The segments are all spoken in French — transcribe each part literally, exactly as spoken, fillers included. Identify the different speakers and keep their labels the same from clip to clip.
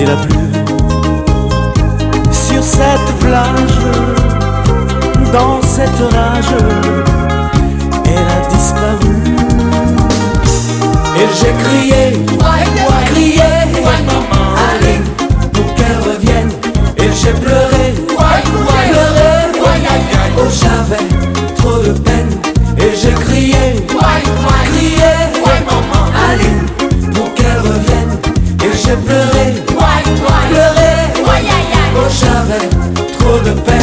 Speaker 1: il a plu sur cette plage, dans cette rage, elle a disparu. Et j'ai crié, crié, allez, pour qu'elle revienne. Et j'ai pleuré, pleuré, oh j'avais trop de peine. Et j'ai crié, crié, allez, pour qu'elle revienne. Et j'ai pleuré, pleuré, oh j'avais trop de peine.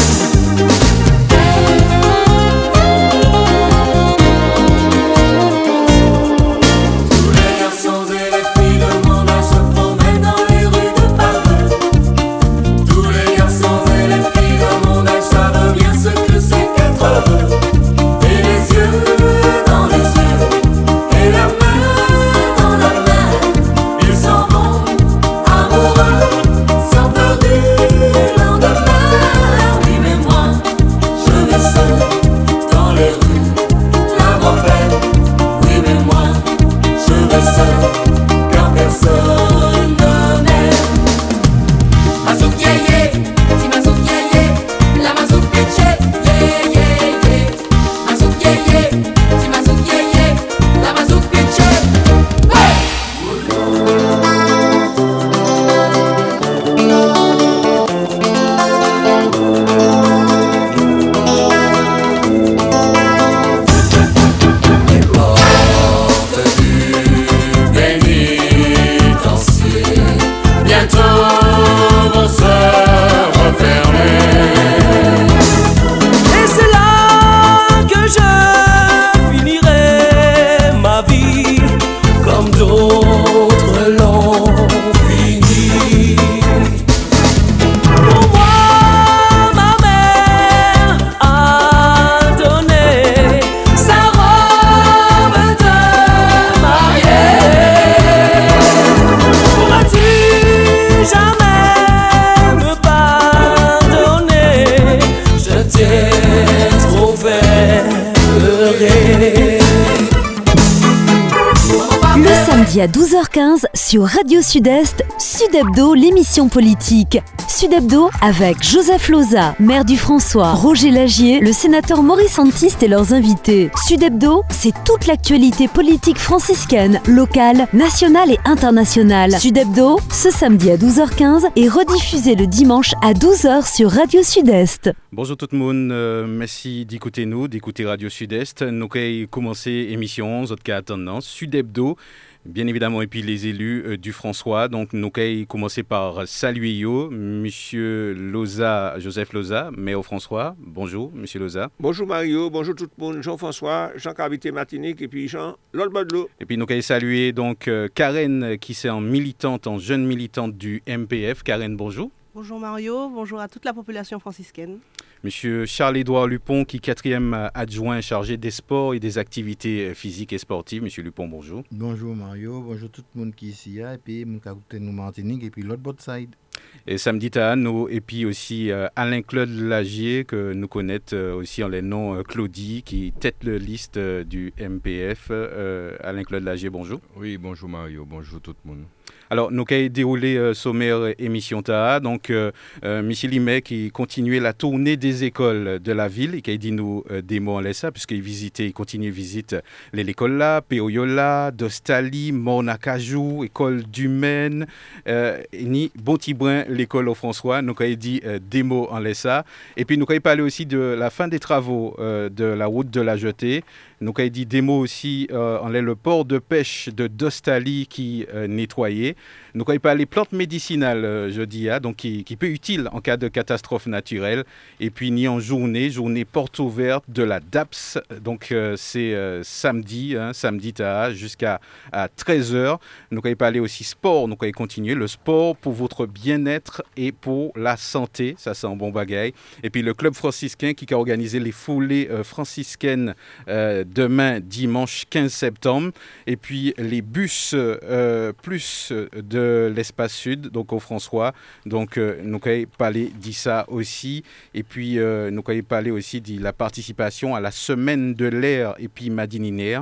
Speaker 2: À douze heures quinze sur Radio Sud-Est, Sud Hebdo, l'émission politique. Sud Hebdo avec Joseph Loza, maire du François, Roger Lagier, le sénateur Maurice Antiste et leurs invités. Sud Hebdo, c'est toute l'actualité politique franciscaine, locale, nationale et internationale. Sud Hebdo, ce samedi à douze heures quinze et rediffusé le dimanche à douze heures sur Radio Sud-Est.
Speaker 3: Bonjour tout le monde, euh, merci d'écouter nous, d'écouter Radio Sud-Est. Nous allons commencer l'émission, autres cas attendant, Sud Hebdo. Bien évidemment, et puis les élus euh, du François. Donc, nous allons commencer par saluer yo, Monsieur Loza, Joseph Loza, maire au François. Bonjour, Monsieur Loza.
Speaker 4: Bonjour Mario, bonjour tout le monde, Jean-François, Jean-Cavité Martinique et puis Jean Lol Badlo.
Speaker 3: Et puis nous allons saluer donc euh, Karen, qui est en militante, en jeune militante du M P F. Karen, bonjour.
Speaker 5: Bonjour Mario, bonjour à toute la population franciscaine.
Speaker 3: Monsieur Charles-Édouard Lupon, qui est quatrième adjoint chargé des sports et des activités physiques et sportives. Monsieur Lupon, bonjour.
Speaker 6: Bonjour Mario, bonjour tout le monde qui est ici, et puis mon capitaine nous Martinique et puis l'autre bord side.
Speaker 3: Et samedi à nous, et puis aussi euh, Alain-Claude Lagier, que nous connaissons euh, aussi en les noms euh, Claudie, qui tête la liste euh, du M P F. Euh, Alain-Claude Lagier, bonjour.
Speaker 7: Oui, bonjour Mario, bonjour tout le monde.
Speaker 3: Alors, nous avons déroulé euh, sommaire émission T A A. Donc, euh, euh, Michel Limet qui continuait la tournée des écoles de la ville et qui a dit nous euh, des mots en laissa, puisqu'il visitait, il continue visite l'école là, Péoyola, Dostali, Mornacajou, école du Maine, euh, ni Bontibrin, l'école au François. Nous avons dit euh, des mots en laissa. Et puis, nous avons parlé aussi de la fin des travaux euh, de la route de la Jetée. Nous avons dit des mots aussi euh, en le port de pêche de Dostali qui euh, nettoyait. Nous avons parlé plantes médicinales euh, jeudi, hein, donc qui, qui peut être utile en cas de catastrophe naturelle. Et puis ni en journée, journée porte ouverte de la D A P S. Donc euh, c'est euh, samedi, hein, samedi à, jusqu'à à treize heures. Nous avons parlé aussi sport. Nous allons continuer le sport pour votre bien-être et pour la santé. Ça c'est un bon bagaille. Et puis le club franciscain qui a organisé les foulées euh, franciscaines euh, demain dimanche quinze septembre. Et puis les bus euh, plus de l'espace sud, donc au François. Donc euh, nous allons parler de ça aussi. Et puis euh, nous allons parler aussi de la participation à la semaine de l'air et puis madininaire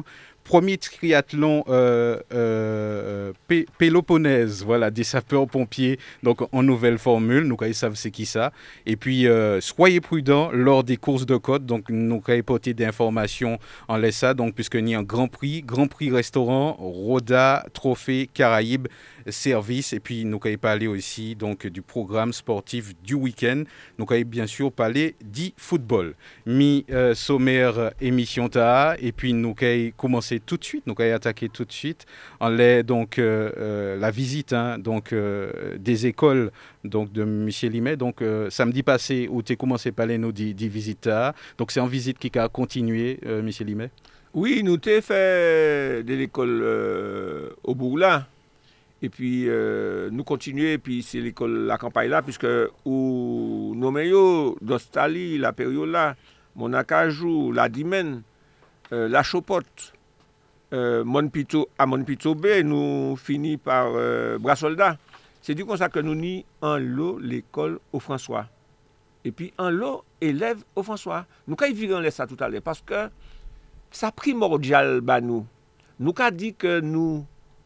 Speaker 3: premier triathlon euh, euh, P- Péloponnèse, voilà, des sapeurs-pompiers, donc en nouvelle formule, nous ils savent c'est qui ça. Et puis, euh, soyez prudents lors des courses de côte, donc nous avons porté des informations en laissant, donc puisqu'il y a un Grand Prix, Grand Prix restaurant, Roda, Trophée, Caraïbes, service, et puis nous avons parlé aussi donc du programme sportif du week-end. Nous avons bien sûr parlé du football. Mi euh, sommaire émission ta, et puis nous avons commencé tout de suite, nous avons attaqué tout de suite en les, donc euh, euh, la visite hein, donc euh, des écoles donc de Michel Limet. Donc euh, samedi passé où tu as commencé à parler nous des visites, donc c'est en visite qui a continué euh, Michel Limet.
Speaker 4: Oui, nous t'ai fait de l'école euh, au Bourg-là. Et puis, euh, nous continuons, et puis c'est l'école, la campagne là, puisque où nous mettons d'Australie, la période là, mon acajou, la Dimène, euh, la Chopote, euh, Monpito, à Monpito B, nous finissons par euh, Bras-Soldat. C'est du comme ça que nous n'y en l'eau l'école au François. Et puis en l'eau, élève au François. Nous quand ils virent ça tout à l'heure, parce que ça primordial, bah nous. Nous qu'a dit que nous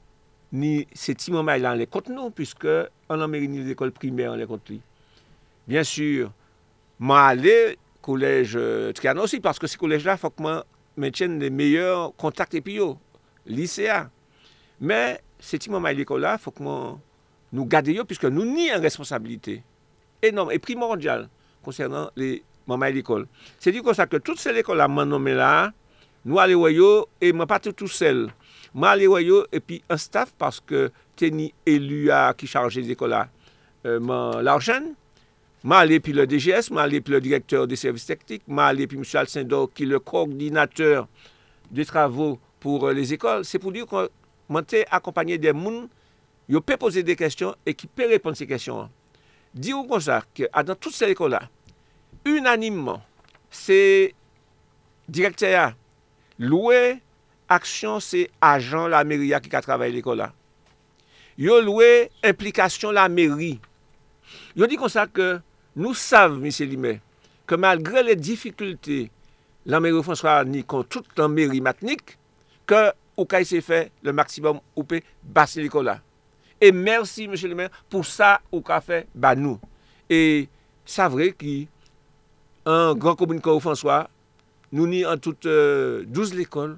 Speaker 4: ni ces petits moments là les compte nous puisque on a mérité les écoles primaires on les compte lui. Bien sûr, moi aller collège euh, Trianon aussi parce que ces collèges là faut que moi maintienne les meilleurs contacts et puis yo lycéa. Mais ces petits moments à l'école là faut que moi nous gardions puisque nous ni une responsabilité énorme et primordiale concernant les moments à l'école. C'est dit comme ça que toutes ces écoles là m'en nommé là nous aller voyo et moi pas tout seul. Moi, les voyous, et puis un staff, parce que Teni élu à qui chargeait les écoles là, euh, l'argent. Moi, allé puis le D G S, moi, allé puis le directeur des services techniques, moi, allé puis M. Alcindor, qui est le coordinateur des travaux pour euh, les écoles. C'est pour dire qu'on m'a accompagné des gens qui peuvent poser des questions et qui peuvent répondre à ces questions. Dis-vous comme ça, que dans toutes ces écoles-là, unanimement, c'est directeur loué. Action, c'est agent la mairie qui a travaillé l'école là. Yo loué implication la mairie. Yo dit comme ça que nous savons, monsieur Limet, que malgré les difficultés, la mairie François ni contre toute la mairie matinique, que au cas s'est fait le maximum ou peut basser l'école là. Et merci, monsieur Limet, pour ça au cas fait bah nous. Et c'est vrai qu'un grand communiqué François, nous ni en toutes euh, douze l'école.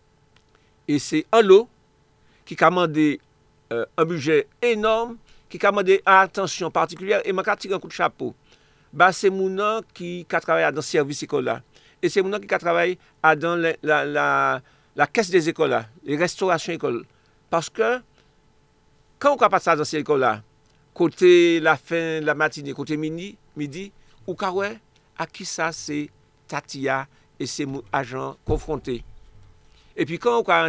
Speaker 4: Et c'est un lot qui a demandé euh, un budget énorme, qui a demandé une attention particulière. Et je vais tirer un coup de chapeau. Bah, c'est mon qui a travaillé dans le service école. Et c'est mon qui a travaillé dans la, la, la, la caisse des écoles, les restaurations écoles. Parce que quand on passe dans ces écoles-là, côté la fin de la matinée, côté midi, midi, ou ouais, à qui ça c'est Tatia et ses agents confrontés. Et puis quand on a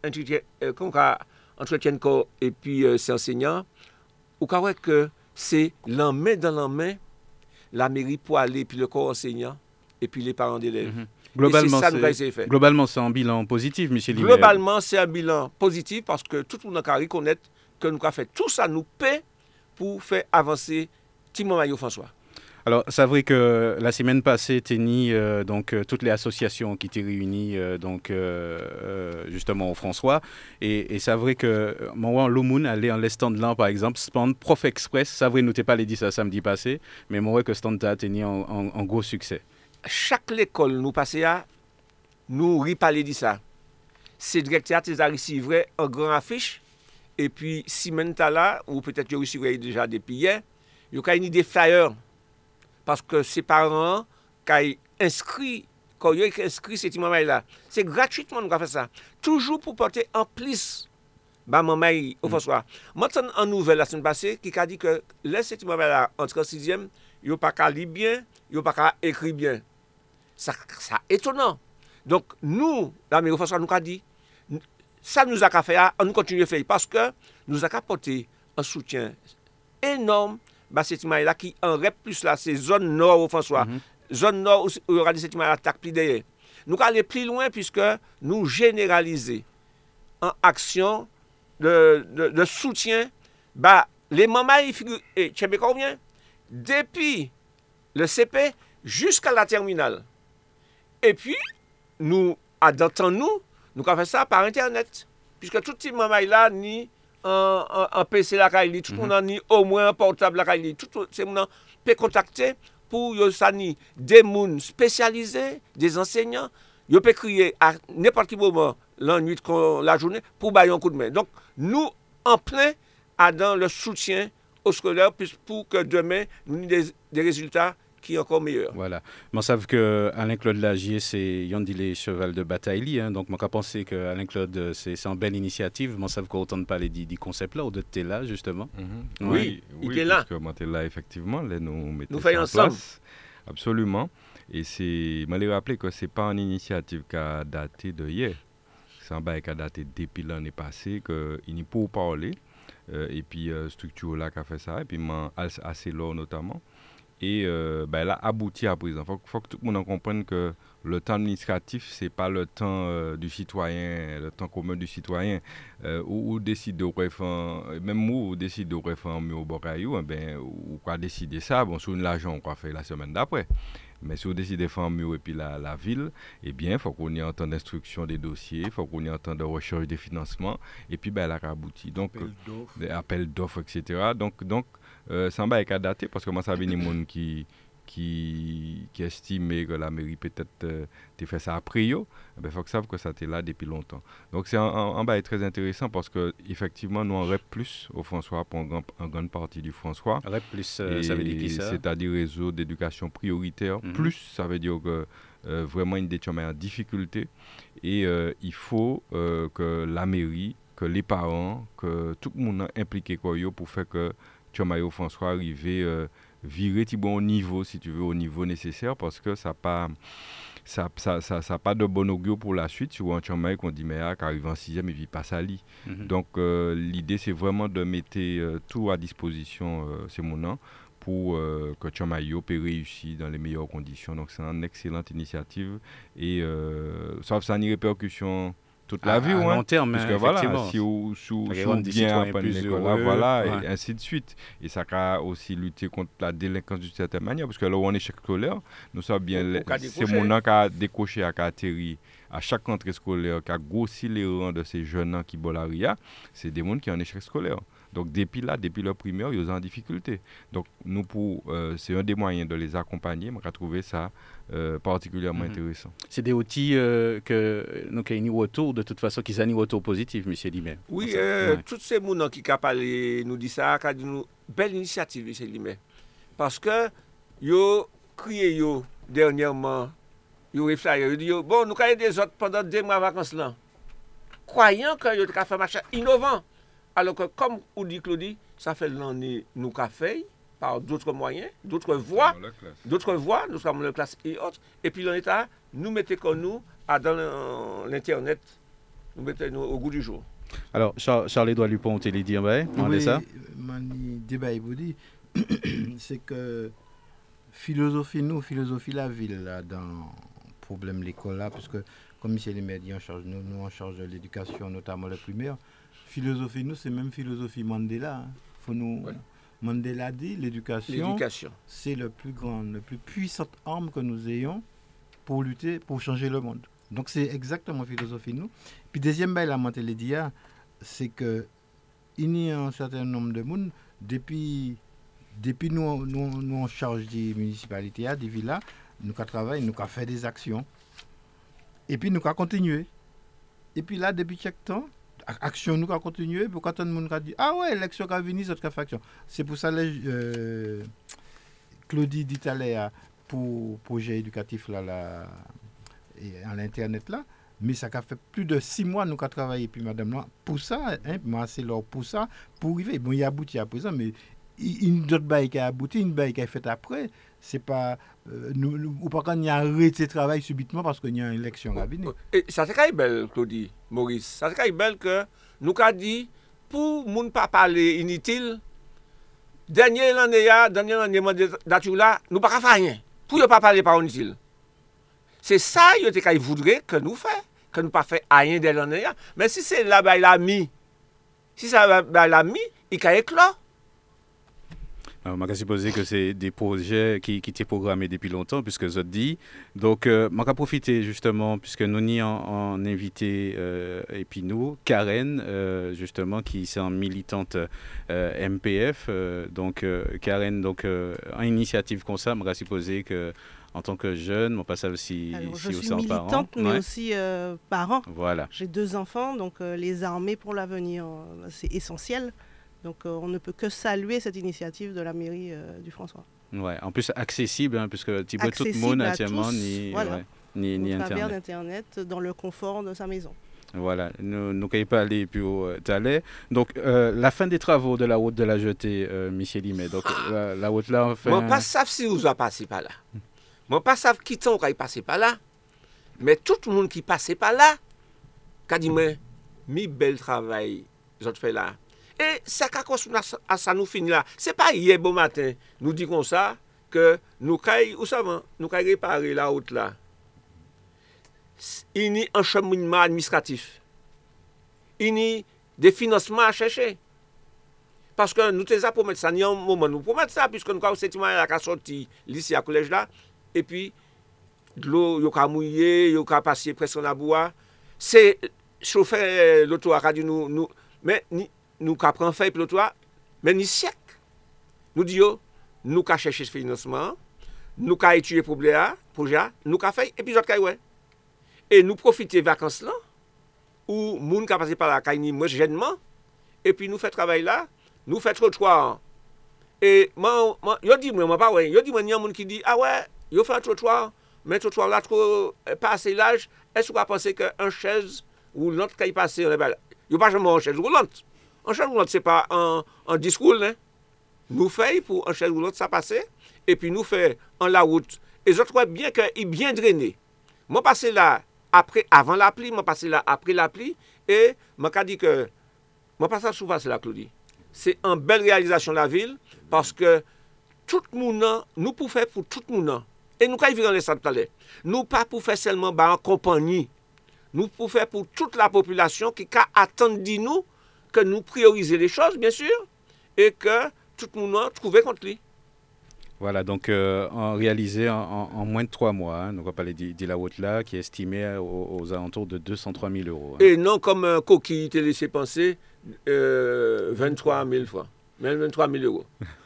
Speaker 4: entretien corps et puis euh, c'est enseignant, on voit que c'est l'en main dans l'en main la mairie pour aller puis le corps enseignant et puis les parents d'élèves. Mm-hmm.
Speaker 3: Globalement,
Speaker 4: c'est,
Speaker 3: c'est, c'est globalement, c'est un bilan positif, monsieur Limet.
Speaker 4: Globalement, c'est un bilan positif parce que tout le monde a reconnaître que nous avons fait tout ça, nous paie pour faire avancer Timon Maillot François.
Speaker 3: Alors, c'est vrai que la semaine passée, Teni, euh, donc euh, toutes les associations qui étaient réunies, euh, donc euh, euh, justement au François, et, et c'est vrai que moi, Lomoun allait en stand là, par exemple, stand Prof Express. C'est vrai, nous t'ai pas dit ça samedi passé, mais moi que stand a tenu en, en, en gros succès.
Speaker 4: Chaque école nous passait à, nous riparler de ça. C'est directeur qui a reçu un grand affiche, et puis si maintenant là, ou peut-être qu'il a reçu déjà depuis hier, il y a une des flyers. Parce que ses parents, quand ils inscrits, quand ils ont inscrit ces maman-là, c'est gratuitement nous avons fait ça. Toujours pour porter en plus, bah maman au François. Maintenant, en nouvelle la semaine passée, qui a dit que les ces maman-là entre en sixième, ils n'ont pas qu'à lire bien, ils n'ont pas qu'à écrire bien. Ça, ça étonnant. Donc nous, la mairie au François nous a dit, ça nous a qu'à faire, on nous continue à faire parce que nous a qu'à porter un soutien énorme. Bah, ces là qui en rep plus là, c'est zone nord au François. Mm-hmm. Zone nord où il y aura des sétiments attaques plus derrière. Nous allons aller plus loin puisque nous généraliser en action de, de, de soutien. Bah, les mamans, ils figurent, et tu sais combien? Depuis le C P jusqu'à la terminale. Et puis, nous, adaptons-nous nous avons fait ça par Internet. Puisque tout le monde là, ni un P C la Kaili, tout le monde ni au moins un portable la Kaili, tout le monde peut contacter pour yo ça ni des gens spécialisés, des enseignants, yo peut crier à n'importe quel moment la nuit, la journée pour bailler un coup de main. Donc nous en plein à dans le soutien aux scolaires pour que demain nous ayons des, des résultats qui est encore meilleur.
Speaker 3: Voilà. Mais on sait que Alain Claude Lagier, c'est Yandi les cheval de bataille. Hein, donc, on a pensé que Alain Claude, c'est, c'est une belle initiative. Mais on sait qu'on ne parler du concept là, ou de t'es là, justement.
Speaker 7: Mm-hmm.
Speaker 4: Oui, oui, il était là.
Speaker 7: Parce que t'es là, effectivement. Là, nous mettons
Speaker 4: nous faisons ensemble. Place.
Speaker 7: Absolument. Et c'est, je me rappelle que ce n'est pas une initiative qui a daté de hier. C'est un bail qui a daté depuis l'année passée, qu'il n'y a pas parler. Euh, et puis, euh, structure là qui a fait ça. Et puis, assez lourd notamment. Et euh, ben, elle a abouti à présent. Il faut, faut que tout le monde comprenne que le temps administratif, ce n'est pas le temps euh, du citoyen, le temps commun du citoyen. Euh, ou, ou décide de refaire, même où on décide de refaire un mur au Bocayou, ben, ou quoi décider ça, bon, sur l'argent, on va faire la semaine d'après. Mais si on décide de faire un mur et puis la, la ville, eh bien, il faut qu'on y ait un temps d'instruction des dossiers, il faut qu'on y ait un temps de recherche des financements, et puis ben, elle a abouti. Donc, appel d'offres, euh, appel d'offres, et cetera. Donc, donc Euh, ça va être daté parce que moi ça vient des gens qui qui qui estiment que la mairie peut-être euh, fait ça après yo, ben faut que savent que ça était là depuis longtemps. Donc c'est un un bail très intéressant parce que effectivement nous on rep plus au François pour une un grande partie du François.
Speaker 3: Rep plus euh, ça veut dire qui ça?
Speaker 7: C'est-à-dire réseau d'éducation prioritaire. Mm-hmm. Plus ça veut dire que euh, vraiment une des en difficulté et euh, il faut euh, que la mairie, que les parents, que tout le monde impliqué quoi yo pour faire que Tchomayo François arriver euh, virer bon au niveau si tu veux au niveau nécessaire parce que ça pas ça ça ça ça pas de bon augure pour la suite sur un Tchomayo qu'on dit mais qui arrive en sixième et puis passe à lit. Mm-hmm. Donc euh, l'idée c'est vraiment de mettre euh, tout à disposition euh, c'est mon nom pour euh, que Tchomayo peut réussir dans les meilleures conditions. Donc c'est une excellente initiative et euh, sauf ça a une répercussion toute la
Speaker 3: à,
Speaker 7: vie,
Speaker 3: à
Speaker 7: ouais.
Speaker 3: long terme,
Speaker 7: parce
Speaker 3: hein,
Speaker 7: que voilà, si vous si bien apprendre l'école, là, voilà, ouais. Et ainsi de suite. Et ça a aussi lutter contre la délinquance d'une certaine manière, parce que là où on est échec scolaire, nous savons bien, le, c'est mon nom qui a décoché, qui a atterri à chaque rentrée scolaire, qui a grossi les rangs de ces jeunes qui bolaria, c'est des gens qui ont un échec scolaire. Donc depuis là, depuis leur primaire, ils sont en difficulté. Donc nous, pour, euh, c'est un des moyens de les accompagner, mais on a trouvé ça euh, particulièrement mm-hmm. intéressant.
Speaker 3: C'est des outils euh, que nous avons un retour, de toute façon, qui sont un retour positif, M. Limet.
Speaker 4: Oui, euh, ouais. Tous ces gens qui ont parlé, nous disent ça, qui ont une belle initiative, M. Limet. Parce que, ils crié dernièrement, ils ont réfléchi, ils ont dit, bon, nous avons des autres pendant deux mois de vacances là. Croyant qu'ils ont fait un machin innovant. Alors que, comme on dit Claudie, ça fait l'année nous qu'a fait par d'autres moyens, d'autres voies, d'autres voies, nous sommes la classe et autres. Et puis l'État, nous mettons comme nous à dans l'Internet, nous mettons nous au goût du jour.
Speaker 3: Alors, Charles-Édouard Lupon, on t'a dit, ben, on
Speaker 6: oui,
Speaker 3: ça?
Speaker 6: Mon débat, il vous dit, c'est que philosophie, nous, philosophie la ville, là, dans le problème de l'école, là, parce que, comme M. Limet dit, en charge, nous, nous, en charge de l'éducation, notamment la primaire, philosophie, nous, c'est même philosophie Mandela. Hein. Faut nous... Ouais. Mandela dit l'éducation, l'éducation, c'est le plus grand, le plus puissante arme que nous ayons pour lutter, pour changer le monde. Donc c'est exactement la philosophie nous. Puis deuxième bail, la Mandela dit, c'est que il y a un certain nombre de monde depuis depuis nous nous nous en charge des municipalités, des villas, nous avons travaillé, nous avons fait des actions. Et puis nous avons continué. Et puis là depuis chaque temps action nous a continué pour quand tout le monde a dit ah ouais l'élection a venu cette action c'est pour ça les euh, Claudie dit à l'heure pour projet éducatif là là et à l'internet là mais ça a fait plus de six mois nous a travaillé puis madame là pour ça hein moi c'est leur pour ça pour arriver bon il a abouti à présent mais une autre bail qui a abouti une bail qui a fait après c'est pas euh, nous, nous ou pas quand il y a arrêté le travail subitement parce qu'il y a une élection à venir.
Speaker 4: Et ça c'est quand belle Claudie Maurice ça c'est quand belle que nous qu'a dit pour moun pas parler inutile dernier l'année là dernier année mandature là nous pas faire rien pour pas parler par inutile c'est ça il était qu'il voudrait que nous fait que nous pas fait rien de l'année là mais si c'est là bas il a mis si ça bas il a mis il a éclos.
Speaker 3: On m'a supposé que c'est des projets qui, qui étaient programmés depuis longtemps, puisque je dis. Donc, euh, on va profiter justement, puisque nous y en, en invité, euh, et puis nous, Karen, euh, justement, qui est en militante euh, M P F. Euh, donc, euh, Karen, donc, euh, en initiative comme ça, on m'a supposé que en tant que jeune, on passe aussi,
Speaker 5: Alors,
Speaker 3: si
Speaker 5: je
Speaker 3: aussi
Speaker 5: suis
Speaker 3: en
Speaker 5: militante,
Speaker 3: parent.
Speaker 5: mais
Speaker 3: Ouais.
Speaker 5: aussi euh, parent.
Speaker 3: Voilà.
Speaker 5: J'ai deux enfants, donc euh, les armer pour l'avenir, euh, c'est essentiel. Donc euh, on ne peut que saluer cette initiative de la mairie euh, du François.
Speaker 3: Ouais. En plus, accessible, hein, puisque tu peux tout le
Speaker 5: Accessible
Speaker 3: monde
Speaker 5: à
Speaker 3: actuellement,
Speaker 5: tous,
Speaker 3: ni,
Speaker 5: voilà.
Speaker 3: ouais, ni, ni
Speaker 5: Au travers
Speaker 3: Internet.
Speaker 5: d'Internet, dans le confort de sa maison.
Speaker 3: Voilà, nous ne pouvons pas aller plus haut euh, d'aller. Donc, euh, la fin des travaux de la route de la Jetée, euh, Michel Limet. Donc, la, la route là, enfin.
Speaker 4: Moi, pas savent si vous avez passé par là. Moi, pas savent qui t'ont passé par là. Mais tout le monde qui passait par là, qu'a dit, mais, mi bel travail, j'en fais là. Et ça, quand à ça nous finit là, c'est pas hier bon matin, nous dit comme ça, que nous caille, où ça va, nous caille réparer la route là. Il y a un cheminement administratif. Il y a des financements à chercher. Parce que nous sommes pour mettre ça, il y a un moment nous pour mettre ça, puisque nous avons cette image qui a sorti lycée à collège là, et puis de l'eau, il y a mouillé, il y a passé presque en bois. C'est chauffeur l'auto qui dit nous, nous, mais nous avons fait l'auto, mais ni siècle. Nous disons, nous avons cherché ce financement, nous avons étudié le problème, nous avons fait, et puis nous avons ouais. Et nous profitons des vacances là, où les gens qui passé par la caille, moi jeunement, et puis nous faisons travail là, nous faisons trottoir. Et moi, je dis, moi, pas ouais, je dis, moi, il y a des gens qui disent, ah ouais, il fait un trottoir, mais le trottoir là, trop, pas assez large, est-ce qu'on va penser qu'un chaise roulante qui passe, il n'y a pas jamais une chaise roulante. Un chaise roulante, ce n'est pas un, un discours, hein. Nous faisons pour un chaise roulante, ça passe, et puis nous faisons en la route. Et je trouve bien qu'il est bien drainé. Moi, passé là, après, avant la pluie, moi, passé là, après la pluie, et moi, je dis que, moi, pas ça souvent, c'est la Claudie. C'est une belle réalisation de la ville, parce que tout le monde, nous pouvons faire pour tout le monde. Et nous, quand il vient dans les centres, nous pas pour faire seulement bah, en compagnie. Nous pouvons faire pour toute la population qui attend de nous que nous prioriser les choses, bien sûr, et que tout le monde trouve contre lui.
Speaker 3: Voilà, donc euh, en réalisé en, en, en moins de trois mois. Hein, donc on va parler de, de la route là, qui est estimée aux, aux alentours de deux cent trois mille euros. Hein.
Speaker 4: Et non comme un coquille t'a laissé penser euh, vingt-trois mille fois, même vingt-trois mille euros.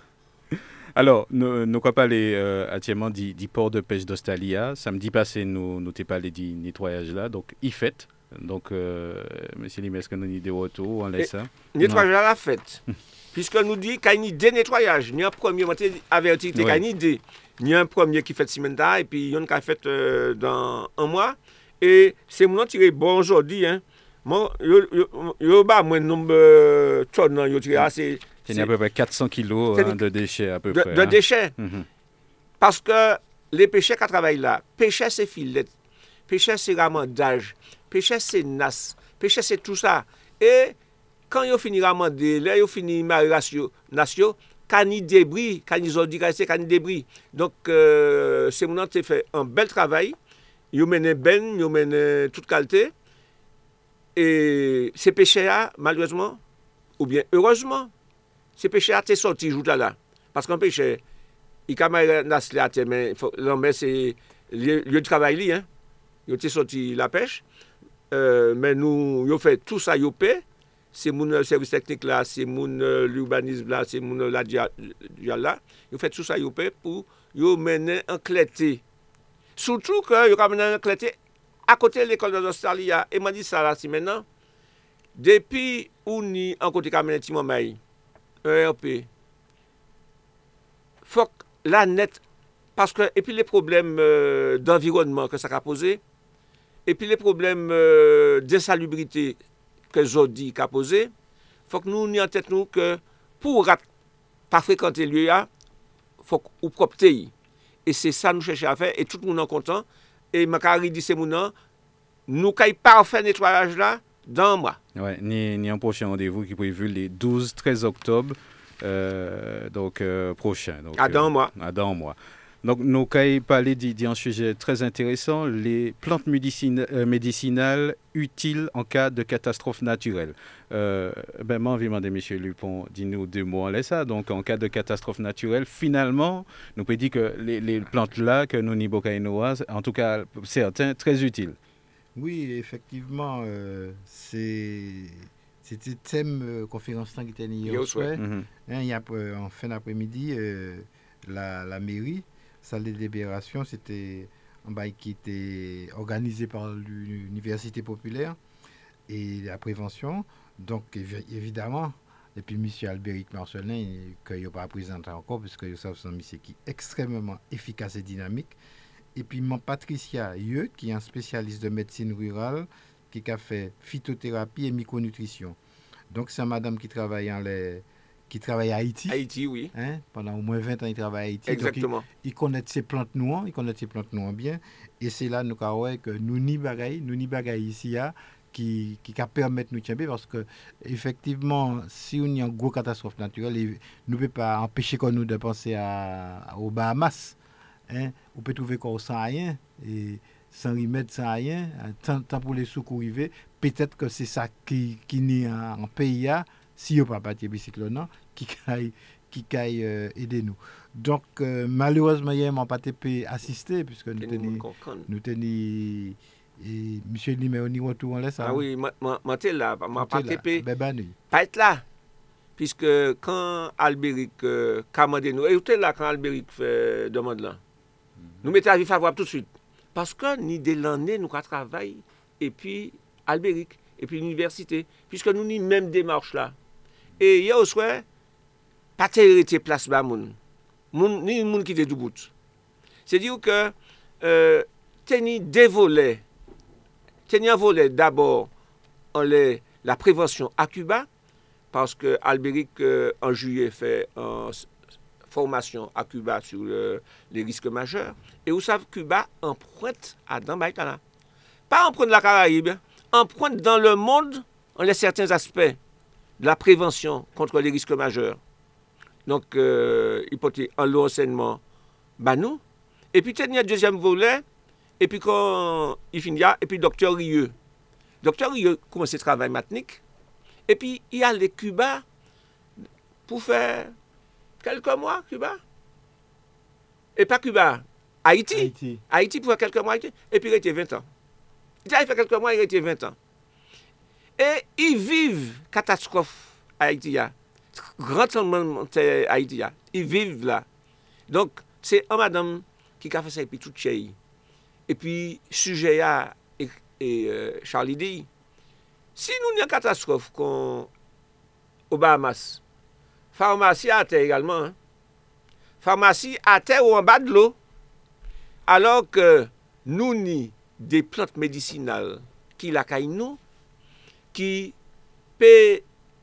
Speaker 3: Alors, nous ne pas parler euh, actuellement du, du port de pêche d'Australia. Samedi passé, nous nous t'ai parlé du nettoyage là, donc il fait. Donc, euh, monsieur Lim, est-ce que nous avons des retours? On laisse ça.
Speaker 4: Nettoyage à la fête. Puisque nous dit qu'il y a une idée de nettoyage. Il y a un premier, moi, averti qu'il y a une idée. Il y a un premier qui fait Cimenta et puis il y a un qui a fait euh, dans un mois. Et c'est mon tiré bon aujourd'hui. Hein. Moi, il y a moins de nombre de tonnes. Il y a assez.
Speaker 3: Il y a à peu près quatre cents kilos hein, de déchets à peu
Speaker 4: de,
Speaker 3: près.
Speaker 4: De
Speaker 3: hein.
Speaker 4: déchets.
Speaker 3: Mm-hmm.
Speaker 4: Parce que les pêcheurs qui travaillent là, pêcheurs c'est filet, pêcheurs c'est ramandage, pêcheurs c'est nas, pêcheurs c'est tout ça. Et quand ils finissent ramander, là ils finissent marination, nation, quand ils débris, quand ils ont dit que c'est quand ils débris. Donc euh, c'est mon qui fait un bel travail. Ils mènent ben, ils mènent toute qualité. Et ces pêcheurs malheureusement, ou bien heureusement, ces pêcheurs sont sortis jour là. Parce qu'un pêcheur, il a mal nasé à terre, mais c'est le lieu de travail, hein. Il a sorti la pêche. Euh, mais nous, ils ont fait tout ça, ils ont fait. C'est mon service technique là, c'est mon l'urbanisme là, c'est mon la dia là. Ils ont fait tout ça, ils ont fait pour ils mener un clété. Surtout que ils ont mené un clété à côté de l'école d'Australie. Et m'a dit ça là, c'est maintenant. Depuis où ni en côté Cameroun Timomay, E R P, faut la net, parce que, et puis les problèmes euh, d'environnement que ça a posé, et puis les problèmes euh, d'insalubrité que Zodi a posé, faut que nous ayons en tête nous que pour ne pas fréquenter le lieu, il faut qu'on propre. Et c'est ça que nous cherchons à faire, et tout le monde est content. Et Macari dit c'est mon nom, nous ne pas faire nettoyage là dans moi.
Speaker 3: Ouais, ni, ni un prochain rendez-vous qui est prévu les douze treize octobre, euh, donc euh, prochain. Donc,
Speaker 4: à dans
Speaker 3: euh,
Speaker 4: moi.
Speaker 3: À dans moi. Donc, nous avons parlé d'un sujet très intéressant, les plantes médicina- euh, médicinales utiles en cas de catastrophe naturelle. Euh, ben, moi, envie de demander, M. Lupon, dis-nous deux mots en ça. Donc, en cas de catastrophe naturelle, finalement, nous pouvons dire que les, les plantes-là, que nous n'y en tout cas, certains, très utiles.
Speaker 6: Oui, effectivement, euh, c'est... C'était le thème euh, conférence qui était hier au soir.
Speaker 3: Mhm.
Speaker 6: Hein, il y a, euh, en fin d'après-midi, euh, la, la mairie, salle de délibération, c'était un bail qui était organisé par l'Université populaire et la prévention. Donc, évi- évidemment, et puis M. Albéric Marcelin, que je n'ai pas présenté encore, parce que c'est un monsieur qui est extrêmement efficace et dynamique. Et puis, mon Patricia Yeux, qui est un spécialiste de médecine rurale, qui a fait phytothérapie et micronutrition. Donc, c'est une madame qui travaille, en les, qui travaille à Haïti.
Speaker 4: Haïti, oui.
Speaker 6: Hein? Pendant au moins vingt ans, il travaille à Haïti.
Speaker 4: Exactement.
Speaker 6: Donc, il, il connaît ses plantes noires, il connaît ses plantes noires bien. Et c'est là nous avons que nous n'y bagaille, nous n'y bagaille ici, hein, qui, qui va permettre de nous tirer parce que, effectivement, si on y a une grosse catastrophe naturelle, nous ne pouvons pas empêcher nous de penser à, aux Bahamas. Hein? On peut trouver qu'on sans rien. Et, sans remède, sans rien, tant, tant pour les secours arriver, peut-être que c'est ça qui, qui n'est en, en pays, si on ne peut pas partir bicyclone, qui caille qui caille euh, aider nous. Donc, euh, malheureusement, hier, on n'a pas pu assister, puisque nous tenions, nous tenions, et M. Limé, on y retourne, on laisse ça.
Speaker 4: Ah oui, moi, j'étais là, je n'ai pas pu
Speaker 6: pas
Speaker 4: être là, puisque quand Albéric euh, commande nous, et vous là quand Albéric fait demande là, nous mettons avis favorable tout de suite. Parce que ni de l'année, nous travaillons, et puis Albéric, et puis l'université, puisque nous ni même démarche là. Et hier au soir, pas de place bas moun, moun ni moun qui était du bout. C'est-à-dire que euh, teni des volets, teni un volet d'abord en les, la prévention à Cuba, parce que Albéric euh, en juillet fait un formation à Cuba sur le, les risques majeurs. Et vous savez, Cuba emprunte à Dambaïtala. Pas emprunte la Caraïbe, emprunte dans le monde en les certains aspects de la prévention contre les risques majeurs. Donc, euh, il peut être en l'enseignement, bah nous. Et puis, il y a un deuxième volet, et puis quand il finit, et puis docteur Rieux. Docteur Rieux commence à travailler matinique, et puis il y a les Cuba pour faire quelques mois, Cuba. Et pas Cuba, Haïti.
Speaker 6: Haïti.
Speaker 4: Haïti pour faire quelques mois, Haïti. Et puis il était vingt ans. Il a fait quelques mois, il était vingt ans. Et ils vivent catastrophe à Haïti. Grand tremblement de Haïti. Ils vivent là. Donc, c'est un madame qui a fait ça et puis tout chez. Et puis, sujet à et, et euh, Charlie dit, si nous avons une catastrophe qu'on, aux Bahamas, pharmacie à terre également, hein? Pharmacie à terre ou en bas de l'eau, alors que nous avons des plantes médicinales qui la caillent nous, qui peut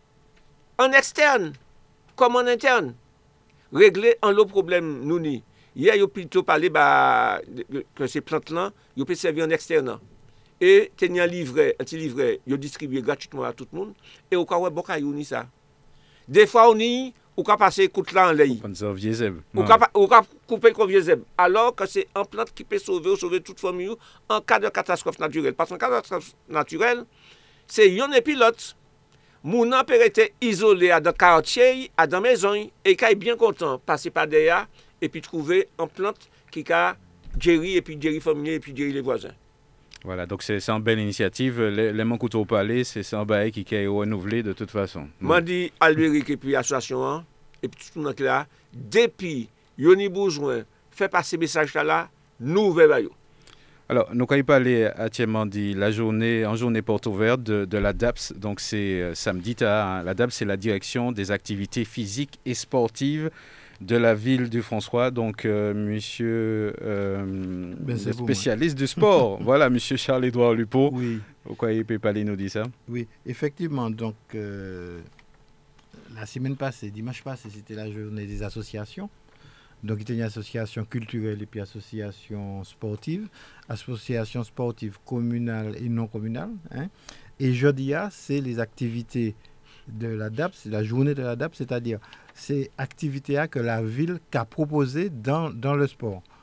Speaker 4: en externe comme en interne régler en le problème nous ni. Hier, il a plutôt parlé bah, que ces plantes-là, ils peuvent servir en externe. Et tenir un livret, un petit livret, ils distribué gratuitement à tout le monde. Et au cas où on a ça. Des fois, on y, on peut passer coup là en l'air. On peut couper le vieux zèbre. Alors que c'est une plante qui peut sauver ou sauver toute famille en cas de catastrophe naturelle. Parce qu'en cas de catastrophe naturelle, c'est yon et pilote. Moun an peut être isolé à dans quartier, à dans maison et qui est bien content passer par derrière et puis trouver une plante qui a gérer et puis gérer famille et puis gérer les voisins.
Speaker 3: Voilà, donc c'est une belle initiative. Les, les couteaux au palais, c'est un bail qui est renouvelé de toute façon.
Speaker 4: Moi, dis Albéric et puis l'association, et puis tout le monde là, depuis yon y besoin, fait passer ce message là, nous verrons.
Speaker 3: Alors, nous avons parlé actuellement de la journée, en journée porte ouverte de, de la D A P S. Donc, c'est euh, samedi tard. Hein. La D A P S, c'est la direction des activités physiques et sportives de la ville du François. Donc, euh, monsieur euh,
Speaker 6: ben,
Speaker 3: le spécialiste du sport. Voilà, monsieur Charles-Édouard Lupeau.
Speaker 6: Oui.
Speaker 3: Pourquoi il peut parler nous dit ça?
Speaker 6: Oui, effectivement. Donc, euh, la semaine passée, dimanche passé, c'était la journée des associations. Donc, il y a une association culturelle et puis association sportive, association sportive communale et non communale. Hein. Et jeudi, c'est les activités de la D A P, c'est la journée de la D A P, c'est-à-dire ces activités que la ville a proposées dans, dans le sport.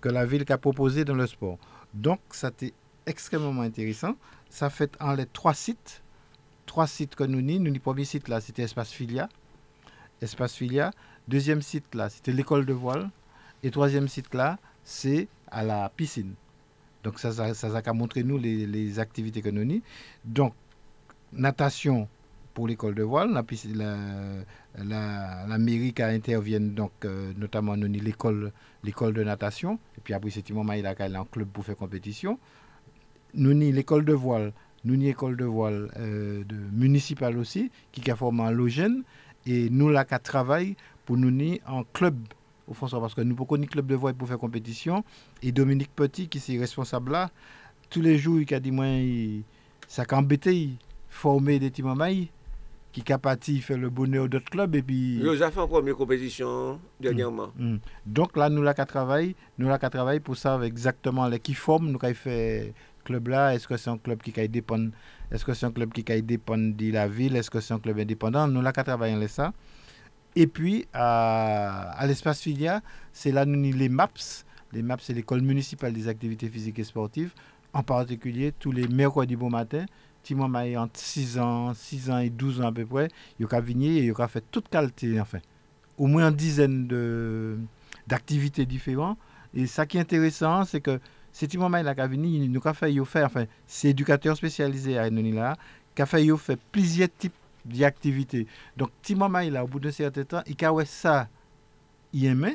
Speaker 6: que la ville a proposé dans le sport. Donc, ça était extrêmement intéressant. Ça fait en les trois sites, trois sites que nous avons. Nous, le premier site là, c'était Espace Filia. Espace Filia. Deuxième site là, c'était l'école de voile. Et troisième site là, c'est à la piscine. Donc, ça, ça, ça, ça a montré nous les, les activités que nous avons. Donc, natation pour l'école de voile, la, la, la, la mairie qui intervient, donc, euh, notamment nous, l'école, l'école de natation. Et puis après, c'est un moment, il a un club pour faire compétition. Nous, l'école de voile, nous, l'école de voile euh, de municipale aussi, qui a formé un logène. Et nous, là, qui travaillons pour nous, en club. Au fond, parce que nous pouvons ni club de voile pour faire compétition. Et Dominique Petit, qui est responsable là, tous les jours, il a dit, moi, il, ça a embêté, former des petits mamans, qui a parti faire le bonheur d'autres clubs. Et puis...
Speaker 4: Nous avons fait en première compétition dernièrement.
Speaker 6: Mm, mm. Donc là, nous, là, qui travaillons, nous, là, qui travaillons pour savoir exactement les qui forment, nous, qui fait club là. Est-ce que c'est un club qui dépend, est-ce que c'est un club qui dépend de la ville, est-ce que c'est un club indépendant? Nous, là, qui travaillons là, ça. Et puis, à, à l'espace Filia, c'est là nous les M A P S. Les M A P S, c'est l'école municipale des activités physiques et sportives. En particulier, tous les mercredis bon matin, Timon Maï entre six ans, six ans et douze ans à peu près, il y a vigné et il y a fait toute qualité, enfin. Au moins une dizaine de, d'activités différentes. Et ça qui est intéressant, c'est que c'est Timon Maï là qui a venu, il nous a fait faire, enfin, c'est éducateur spécialisé à Enonila, qui a fait faire plusieurs types d'activité. Donc, petit moment, il a, au bout d'un certain temps, il a ça, il aimait,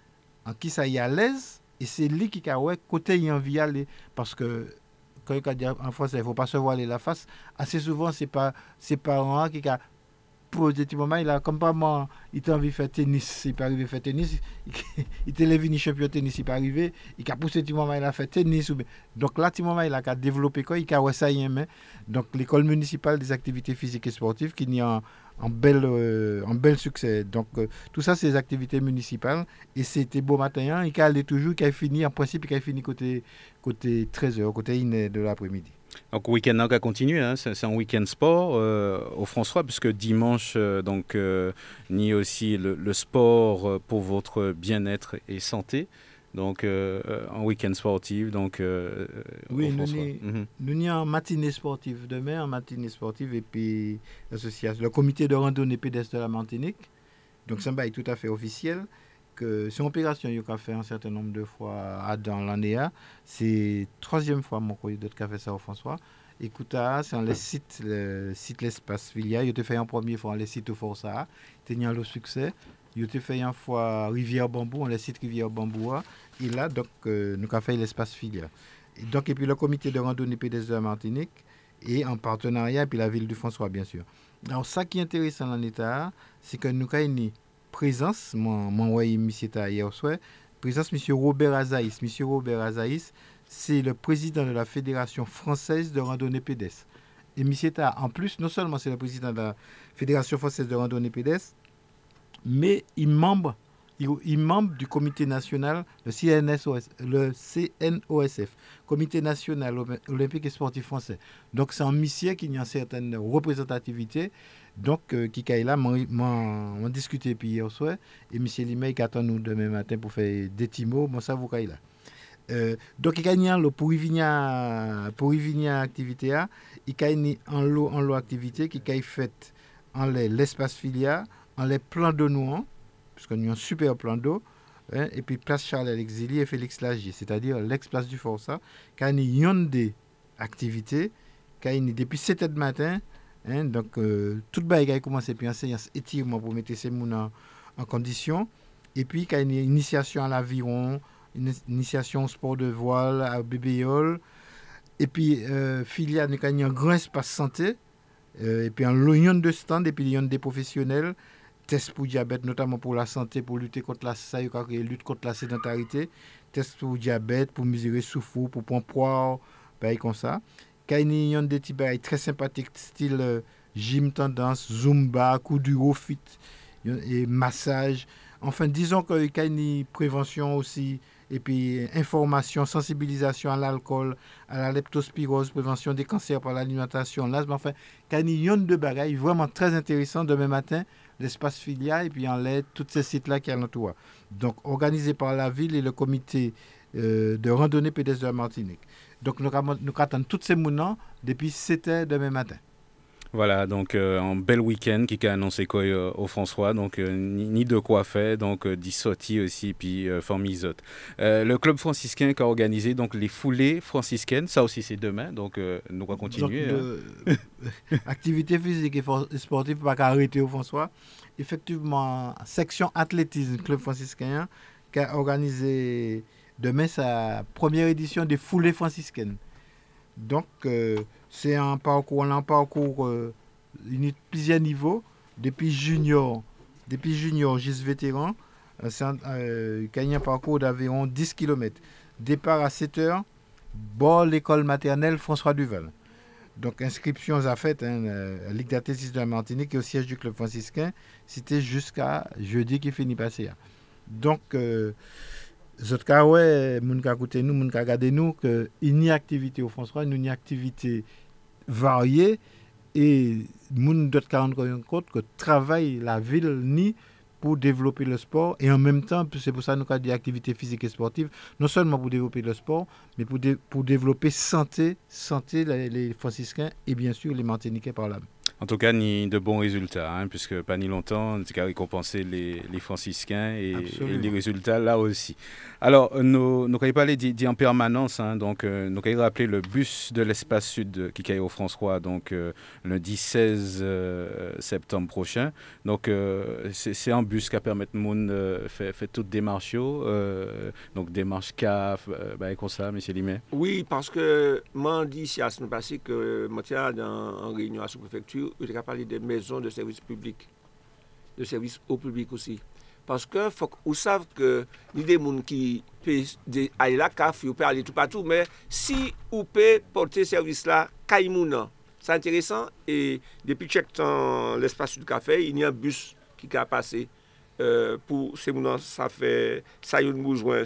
Speaker 6: en qui ça y est à l'aise, et c'est lui qui a côté il a envie d'aller. Parce que, quand il a dit en français, il ne faut pas se voiler la face, assez souvent, c'est pas ses parents qui a posé petit moment, il a, comme pas moi, il a envie de faire tennis, il n'est pas arrivé à faire tennis, il était venu champion de tennis, il n'est pas arrivé, il a poussé petit moment, il a fait tennis. Donc là, petit moment, il a développé quoi, il a ça, il aimait. Donc l'école municipale des activités physiques et sportives qui n'y a un bel, euh, un bel succès. Donc euh, tout ça, c'est des activités municipales. Et c'était beau matin, hein, il a allé toujours, il a fini, en principe, il a fini côté, côté treize heures, côté une de l'après-midi.
Speaker 3: Donc le week-end a continué, hein, c'est, c'est un week-end sport euh, au François, puisque dimanche, euh, donc, euh, ni aussi le, le sport pour votre bien-être et santé. Donc, euh, un week-end sportif, donc, euh,
Speaker 6: oui,
Speaker 3: au
Speaker 6: nous
Speaker 3: François.
Speaker 6: n'y
Speaker 3: Mm-hmm.
Speaker 6: nous y en matinée sportive demain, en matinée sportive, et puis l'association, le comité de randonnée pédestre de la Martinique. Donc, ça est tout à fait officiel. Que c'est une opération qu'il a fait un certain nombre de fois dans l'année. C'est la troisième fois mon courrier d'autres qui a fait ça au François. Écoute, c'est dans le site, le site l'espace Filia. Il a fait en premier fois le site au Força. Il a eu le succès. Il a fait une fois Rivière Bambou, le site Rivière Bambou. Et là, donc, euh, nous avons fait l'espace Filia. Et donc, et puis le comité de randonnée pédestre de la Martinique, et en partenariat, et puis la ville du François, bien sûr. Alors, ça qui est intéressant dans l'État, c'est que nous avons une présence, mon envoyé monsieur hier soir, présence monsieur Robert Azaïs. Monsieur Robert Azaïs, c'est le président de la Fédération française de randonnée pédestre. Et monsieur en plus, non seulement c'est le président de la Fédération française de randonnée pédestre, mais il est membre, il, il est membre du comité national, le C N S O S, le C N O S F, Comité national olympique et sportif français. Donc c'est un monsieur qui a une certaine représentativité. Donc, euh, qui est là, on a discuté puis hier soir, et M. Limay qui attend nous demain matin pour faire des petits mots, moi ça vous là. Euh, donc, il y a une pour y venir pour y venir activité, il y a en lot en lot activité qui est faite en l'espace Filia, en les plans d'eau nous, parce qu'on a un super plan d'eau, hein, et puis place Charles Alexili et Félix Lagier, c'est-à-dire l'ex-place du Força, qui a une des activités, qui a une depuis sept heures du matin. Hein, donc, euh, toute bague a commencé puis enseigner étirement pour mettre ces gens en, en condition. Et puis, il y a une initiation à l'aviron, une initiation au sport de voile, à bébéole. Et puis, euh, Filia, il y a un grand espace santé. Euh, et puis, un l'union de stand, et puis, il y a des professionnels. Tests pour diabète, notamment pour la santé, pour lutter contre la, ça, lutte contre la sédentarité. Tests pour diabète, pour mesurer souffle, pour prendre poids, ben, comme ça. Il y a des petits bails très sympathiques, style euh, gym tendance, zumba, coup du haut fit et massage. Enfin, disons qu'il y a une prévention aussi, et puis information, sensibilisation à l'alcool, à la leptospirose, prévention des cancers par l'alimentation, l'asthme. Enfin, il y a une million de bagailles vraiment très intéressants demain matin, l'espace Filia, et puis en l'aide, tous ces sites-là qui sont autour. Donc, organisé par la ville et le comité euh, de randonnée pédestre de la Martinique. Donc nous nous attendons tous ces mounants depuis sept heures demain matin.
Speaker 3: Voilà, donc euh, un bel week-end qui a annoncé quoi euh, au François, donc euh, ni, ni de quoi faire, donc euh, d'y sortir aussi, puis euh, formisote. Euh, le club franciscain qui a organisé donc les foulées franciscaines, ça aussi c'est demain, donc euh, nous allons continuer.
Speaker 6: Donc,
Speaker 3: hein.
Speaker 6: de, activité physique et, for, et sportive, pas qu'arrêter au François. Effectivement, section athlétisme club franciscain qui a organisé demain sa première édition des foulées franciscaines. Donc, euh, c'est un parcours, on a un parcours euh, plusieurs niveaux, depuis junior, depuis junior jusqu'à vétéran. Euh, c'est un, euh, un parcours d'environ dix kilomètres. Départ à sept heures, bord l'école maternelle François Duval. Donc, inscriptions à fait, hein, euh, Ligue d'athlétisme de la Martinique et au siège du club franciscain, c'était jusqu'à jeudi qui finit passer. Donc, euh, Zot ka ouais, moun ka koute nous, moun ka gade nous que il n'y a activité au François, il n'y a activité variée et moun d'autres ka rendre compte que travaille la ville ni pour développer le sport et en même temps c'est pour ça nous avons des activités physiques et sportives non seulement pour développer le sport mais pour, dé, pour développer santé santé les, les franciscains et bien sûr les martiniquais par là.
Speaker 3: En tout cas, ni de bons résultats, hein, puisque pas ni longtemps, on a récompensé les, les franciscains et, et les résultats là aussi. Alors, nous n'avons pas dit en permanence, hein, donc euh, nous avons rappelé le bus de l'espace sud qui est au François, donc euh, lundi seize septembre prochain. Donc, euh, c'est un bus qui permet de monde euh, faire, faire toute démarche, euh, donc démarche C A F, euh, bah, comme ça, M. Limet.
Speaker 4: Oui, parce que moi, dit ici à ce passé que moi, en réunion à la sous-préfecture, je vais parler des maisons de services publics, de services au public aussi. Parce que faut qu'on sache que il y a des gens qui peuvent aller là, ils peuvent aller tout partout, mais si on peut porter ce service-là, c'est intéressant. Et depuis que dans l'espace du café, il y a un bus qui a passé euh, pour ces gens, ça fait ça y a besoin.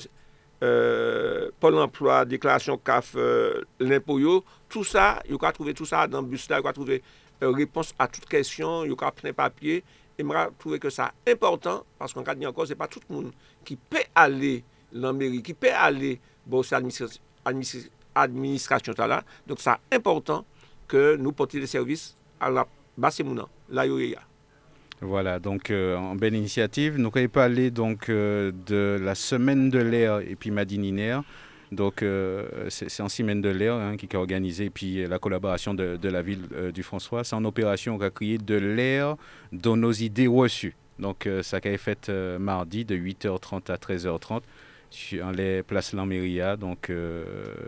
Speaker 4: Euh, Pôle emploi, déclaration C A F, euh, l'impôt, tout ça, il faut trouver tout ça dans le bus-là, il faut trouver réponse à toutes questions, il y a plein papier. Et je trouve que c'est important parce qu'en cas de encore, ce n'est pas tout le monde qui peut aller dans la mairie, qui peut aller dans cette administration, administration là. Donc c'est important que nous portions des services à la base de là où il y a.
Speaker 3: Voilà, donc euh, en belle initiative. Nous avons parlé donc euh, de la semaine de l'air et puis Madininaire. Donc, euh, c'est en semaine de l'air hein, qui est organisé, puis la collaboration de, de la ville euh, du François. C'est en opération qui a créé de l'air dans nos idées reçues. Donc, euh, ça a été fait euh, mardi de huit heures trente à treize heures trente sur les places Laméria. Donc, euh,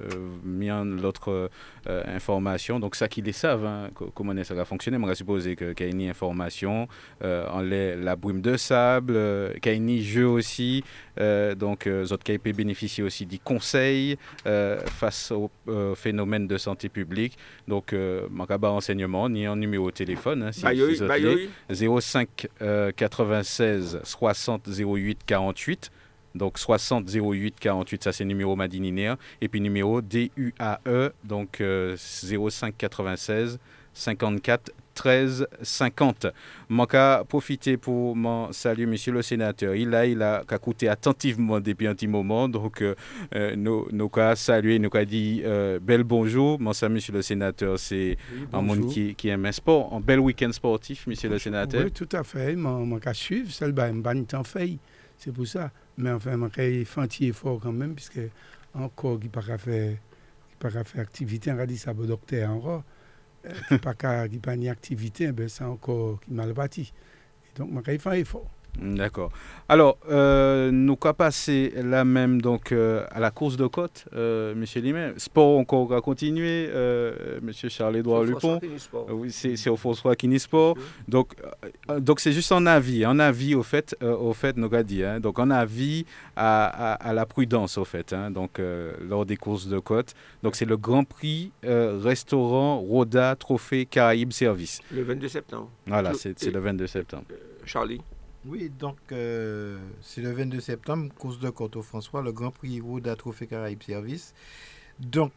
Speaker 3: mis en l'autre euh, information. Donc, ça qu'ils les savent, hein, comment ça va fonctionner. On va supposer qu'il y a une information, euh, en les, la brume de sable, euh, qu'il y a un jeu aussi. Euh, donc, euh, autres qui peuvent bénéficier aussi des conseils euh, face au euh, phénomène de santé publique. Donc, euh, manque pas renseignement ni un numéro de téléphone. Hein, si,
Speaker 4: Bayoui,
Speaker 3: si
Speaker 4: Bayoui.
Speaker 3: zéro cinq quatre-vingt-seize soixante zéro huit quarante-huit. Donc soixante zéro huit quarante-huit, ça c'est numéro Madininaire. Et puis numéro D U A E, donc euh, zéro cinq quatre-vingt-seize cinquante-quatre treize cinquante. Je vais profiter pour m'en saluer, monsieur le sénateur. Il a, il a écouté attentivement depuis un petit moment. Donc, euh, nous avons salué, nous avons dit euh, bel bonjour. Mon salut, monsieur le sénateur, c'est oui, un monde qui, qui aime un sport, un bel week-end sportif, monsieur le sénateur.
Speaker 8: Oui, tout à fait. Je vais suivre, c'est le temps fait. C'est pour ça. Mais enfin, je vais faire un petit effort quand même, puisque encore, qui ne peut pas faire activité, on va dire ça, le docteur encore. qui n'a pas, pas ni activité, ben c'est encore qui mal bâti. Et donc, je vais faire un effort.
Speaker 3: D'accord. Alors, euh, nous avons passé là même donc, euh, à la course de côte, euh, M. Limet. Sport encore à continuer, euh, M. Charles-Édouard Lupon. Euh, oui, c'est au François Kinisport. Donc, euh, donc c'est juste un avis, un avis au fait, euh, au fait, nous avons dit. Hein, donc, un avis à, à, à la prudence au fait, hein, donc, euh, lors des courses de côte. Donc, c'est le Grand Prix euh, Restaurant Roda Trophée Caraïbes Service.
Speaker 4: Le vingt-deux septembre.
Speaker 3: Voilà, c'est le vingt-deux septembre.
Speaker 4: Euh, Charlie.
Speaker 6: Oui, donc euh, c'est le vingt-deux septembre, course de côte au François, le Grand Prix Roda Trophée Caraïbes Service. Donc,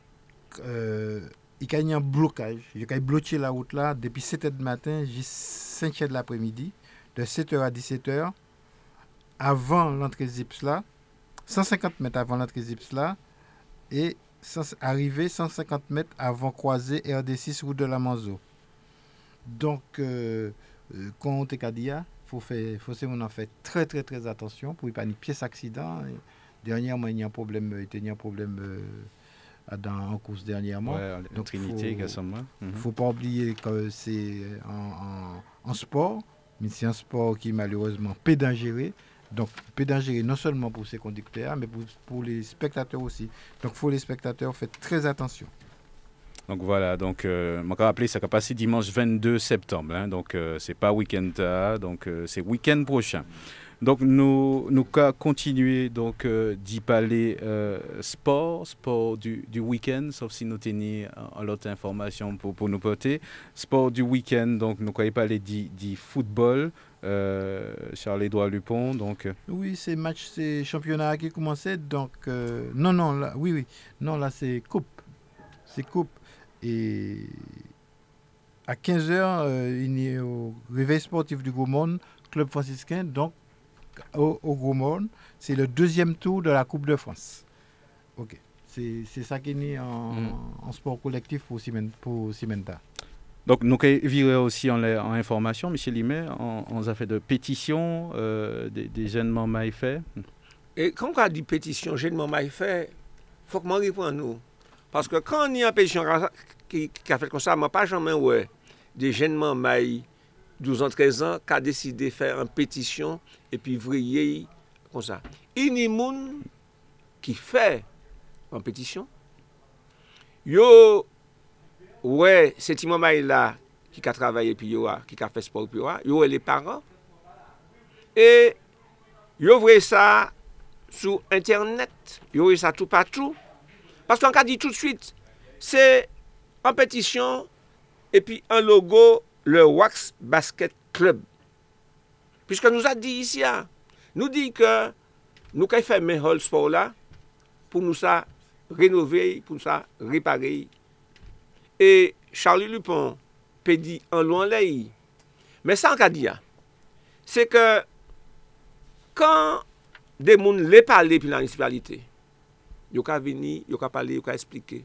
Speaker 6: euh, il y a eu un blocage. Il y a bloqué la route là depuis sept heures du matin jusqu'à cinq heures de l'après-midi, de sept heures à dix-sept heures. Avant l'entrée Zips là, cent cinquante mètres avant l'entrée Zips là et sans, arriver cent cinquante mètres avant croiser R D six route de la Manzo. Donc, euh, euh, quand on te dit, il faut faire, faut on en fait très très très attention pour ne pas une pièce accident. Et dernièrement, il y a un problème, il y a un problème euh, dans, en course dernièrement.
Speaker 3: Ouais,
Speaker 6: donc
Speaker 3: Trinité,
Speaker 6: il
Speaker 3: ne
Speaker 6: mm-hmm. faut pas oublier que c'est en, en, en sport, mais c'est un sport qui malheureusement peu dangereux. Donc, peu dangereux non seulement pour ces conducteurs, mais pour, pour les spectateurs aussi. Donc, il faut les spectateurs faire très attention.
Speaker 3: Donc voilà, donc euh, je me rappelle, ça va passer dimanche vingt-deux septembre, hein, donc euh, c'est pas week-end, donc euh, c'est week-end prochain. Donc nous nous continuer donc euh, d'y parler euh, sport, sport du, du week-end, sauf si nous tenons en l'autre information pour, pour nous porter. Sport du week-end, donc nous allons parler du, du football. Euh, Charles-Édouard Lupon, donc. Euh...
Speaker 6: Oui, c'est match, c'est championnat qui commençait, donc euh, non, non, là, oui, oui, non, là c'est coupe, c'est coupe. Et à quinze heures, euh, il est au réveil sportif du Gros-Monde, club franciscain. Donc, au, au Gros-Monde, c'est le deuxième tour de la Coupe de France. Ok, c'est, c'est ça qui est né en, mm. en sport collectif pour, Ciment, pour Cimenta.
Speaker 3: Donc, nous avons aussi en, en information, M. Limet, on, on a fait de pétitions, euh, des, des jeunes membres fait.
Speaker 4: Et quand on dit pétition, jeunes membres fait, il faut que m'en réponde nous. Parce que quand on y a une pétition qui, qui a fait comme ça, je n'ai pas jamais ouais, des jeunes membres douze ans, treize ans qui ont décidé de faire une pétition et puis vriller comme ça. Il y a des gens qui fait une pétition. Yo, ouais, c'est petit moment là qui a travaillé puis yo, qui a fait sport puis yo, yo les parents. Et yo voyez ça sur internet, yo voyez ça tout partout. Parce qu'on a dit tout de suite, c'est en pétition et puis un logo, le Wax Basket Club. Puisque nous a dit ici, nous dit que nous avons fait un sport là pour nous ça rénover, pour nous ça réparer. Et Charlie Lupon peut dire en loin là. Mais ça, on a dit, c'est que quand des gens les parlent puis la municipalité, ils peuvent venir, ils peuvent parler, ils peuvent expliquer.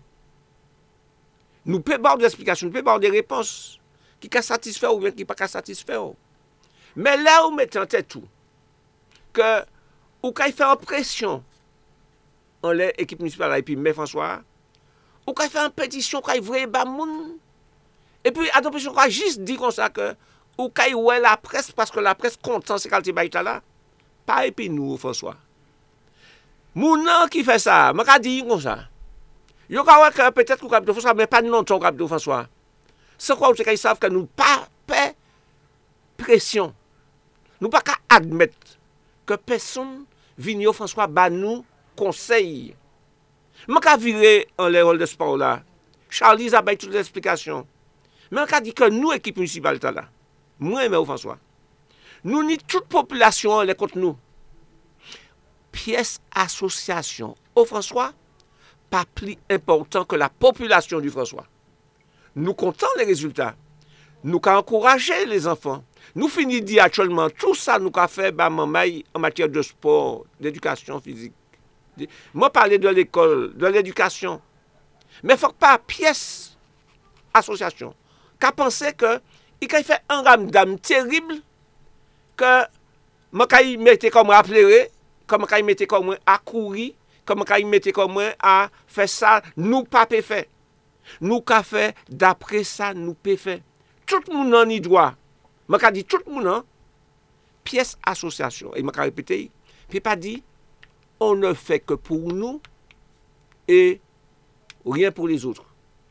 Speaker 4: Nous pouvons avoir des explications, nous pouvons avoir des réponses qui sont satisfaites ou bien qui ne sont pas satisfaites. Mais là où vous mettez en tête tout, que vous pouvez faire une pression en l'équipe municipale et puis M. François, vous pouvez faire une pétition, vous pouvez voir les gens. Et puis, à l'opposition, vous pouvez juste dire comme ça que vous pouvez voir la presse parce que la presse compte ces qualités là, pas et puis nous, François. Moun qui fait ça, je dis comme ça. Yo ka que peut-être qu'on capte François mais pas non ton capte François. C'est quoi qu'ils savent que nous pas pas pression. Nous pas qu'à admettre que personne vienne au François ba nous conseil. Je ka virer en les rôles de sport là. Charlie a baillé toutes les explications. Mais on ka dit que nous équipe municipale là. Moi mais au François. Nous ni toute population les contre nous. Pièce association au François, pas plus important que la population du François. Nous comptons les résultats. Nous avons encouragé les enfants. Nous finissons de dire actuellement tout ça nous avons fait bah, en matière de sport, d'éducation physique. Moi, parler de l'école, de l'éducation. Mais il ne faut pas pièce association. Qu'a pensé que il a fait un ramdam terrible que moi, il mettait comme à pleurer. Comme quand il mettait comme moi à courir, comme quand il mettait comme moi à faire ça, nous pas fait. Nous qu'a fait d'après ça, nous pas fait. Tout le monde en y doit. Je dit tout le monde, pièce association. Et je répété, puis pas dit, on ne fait que pour nous et rien pour les autres.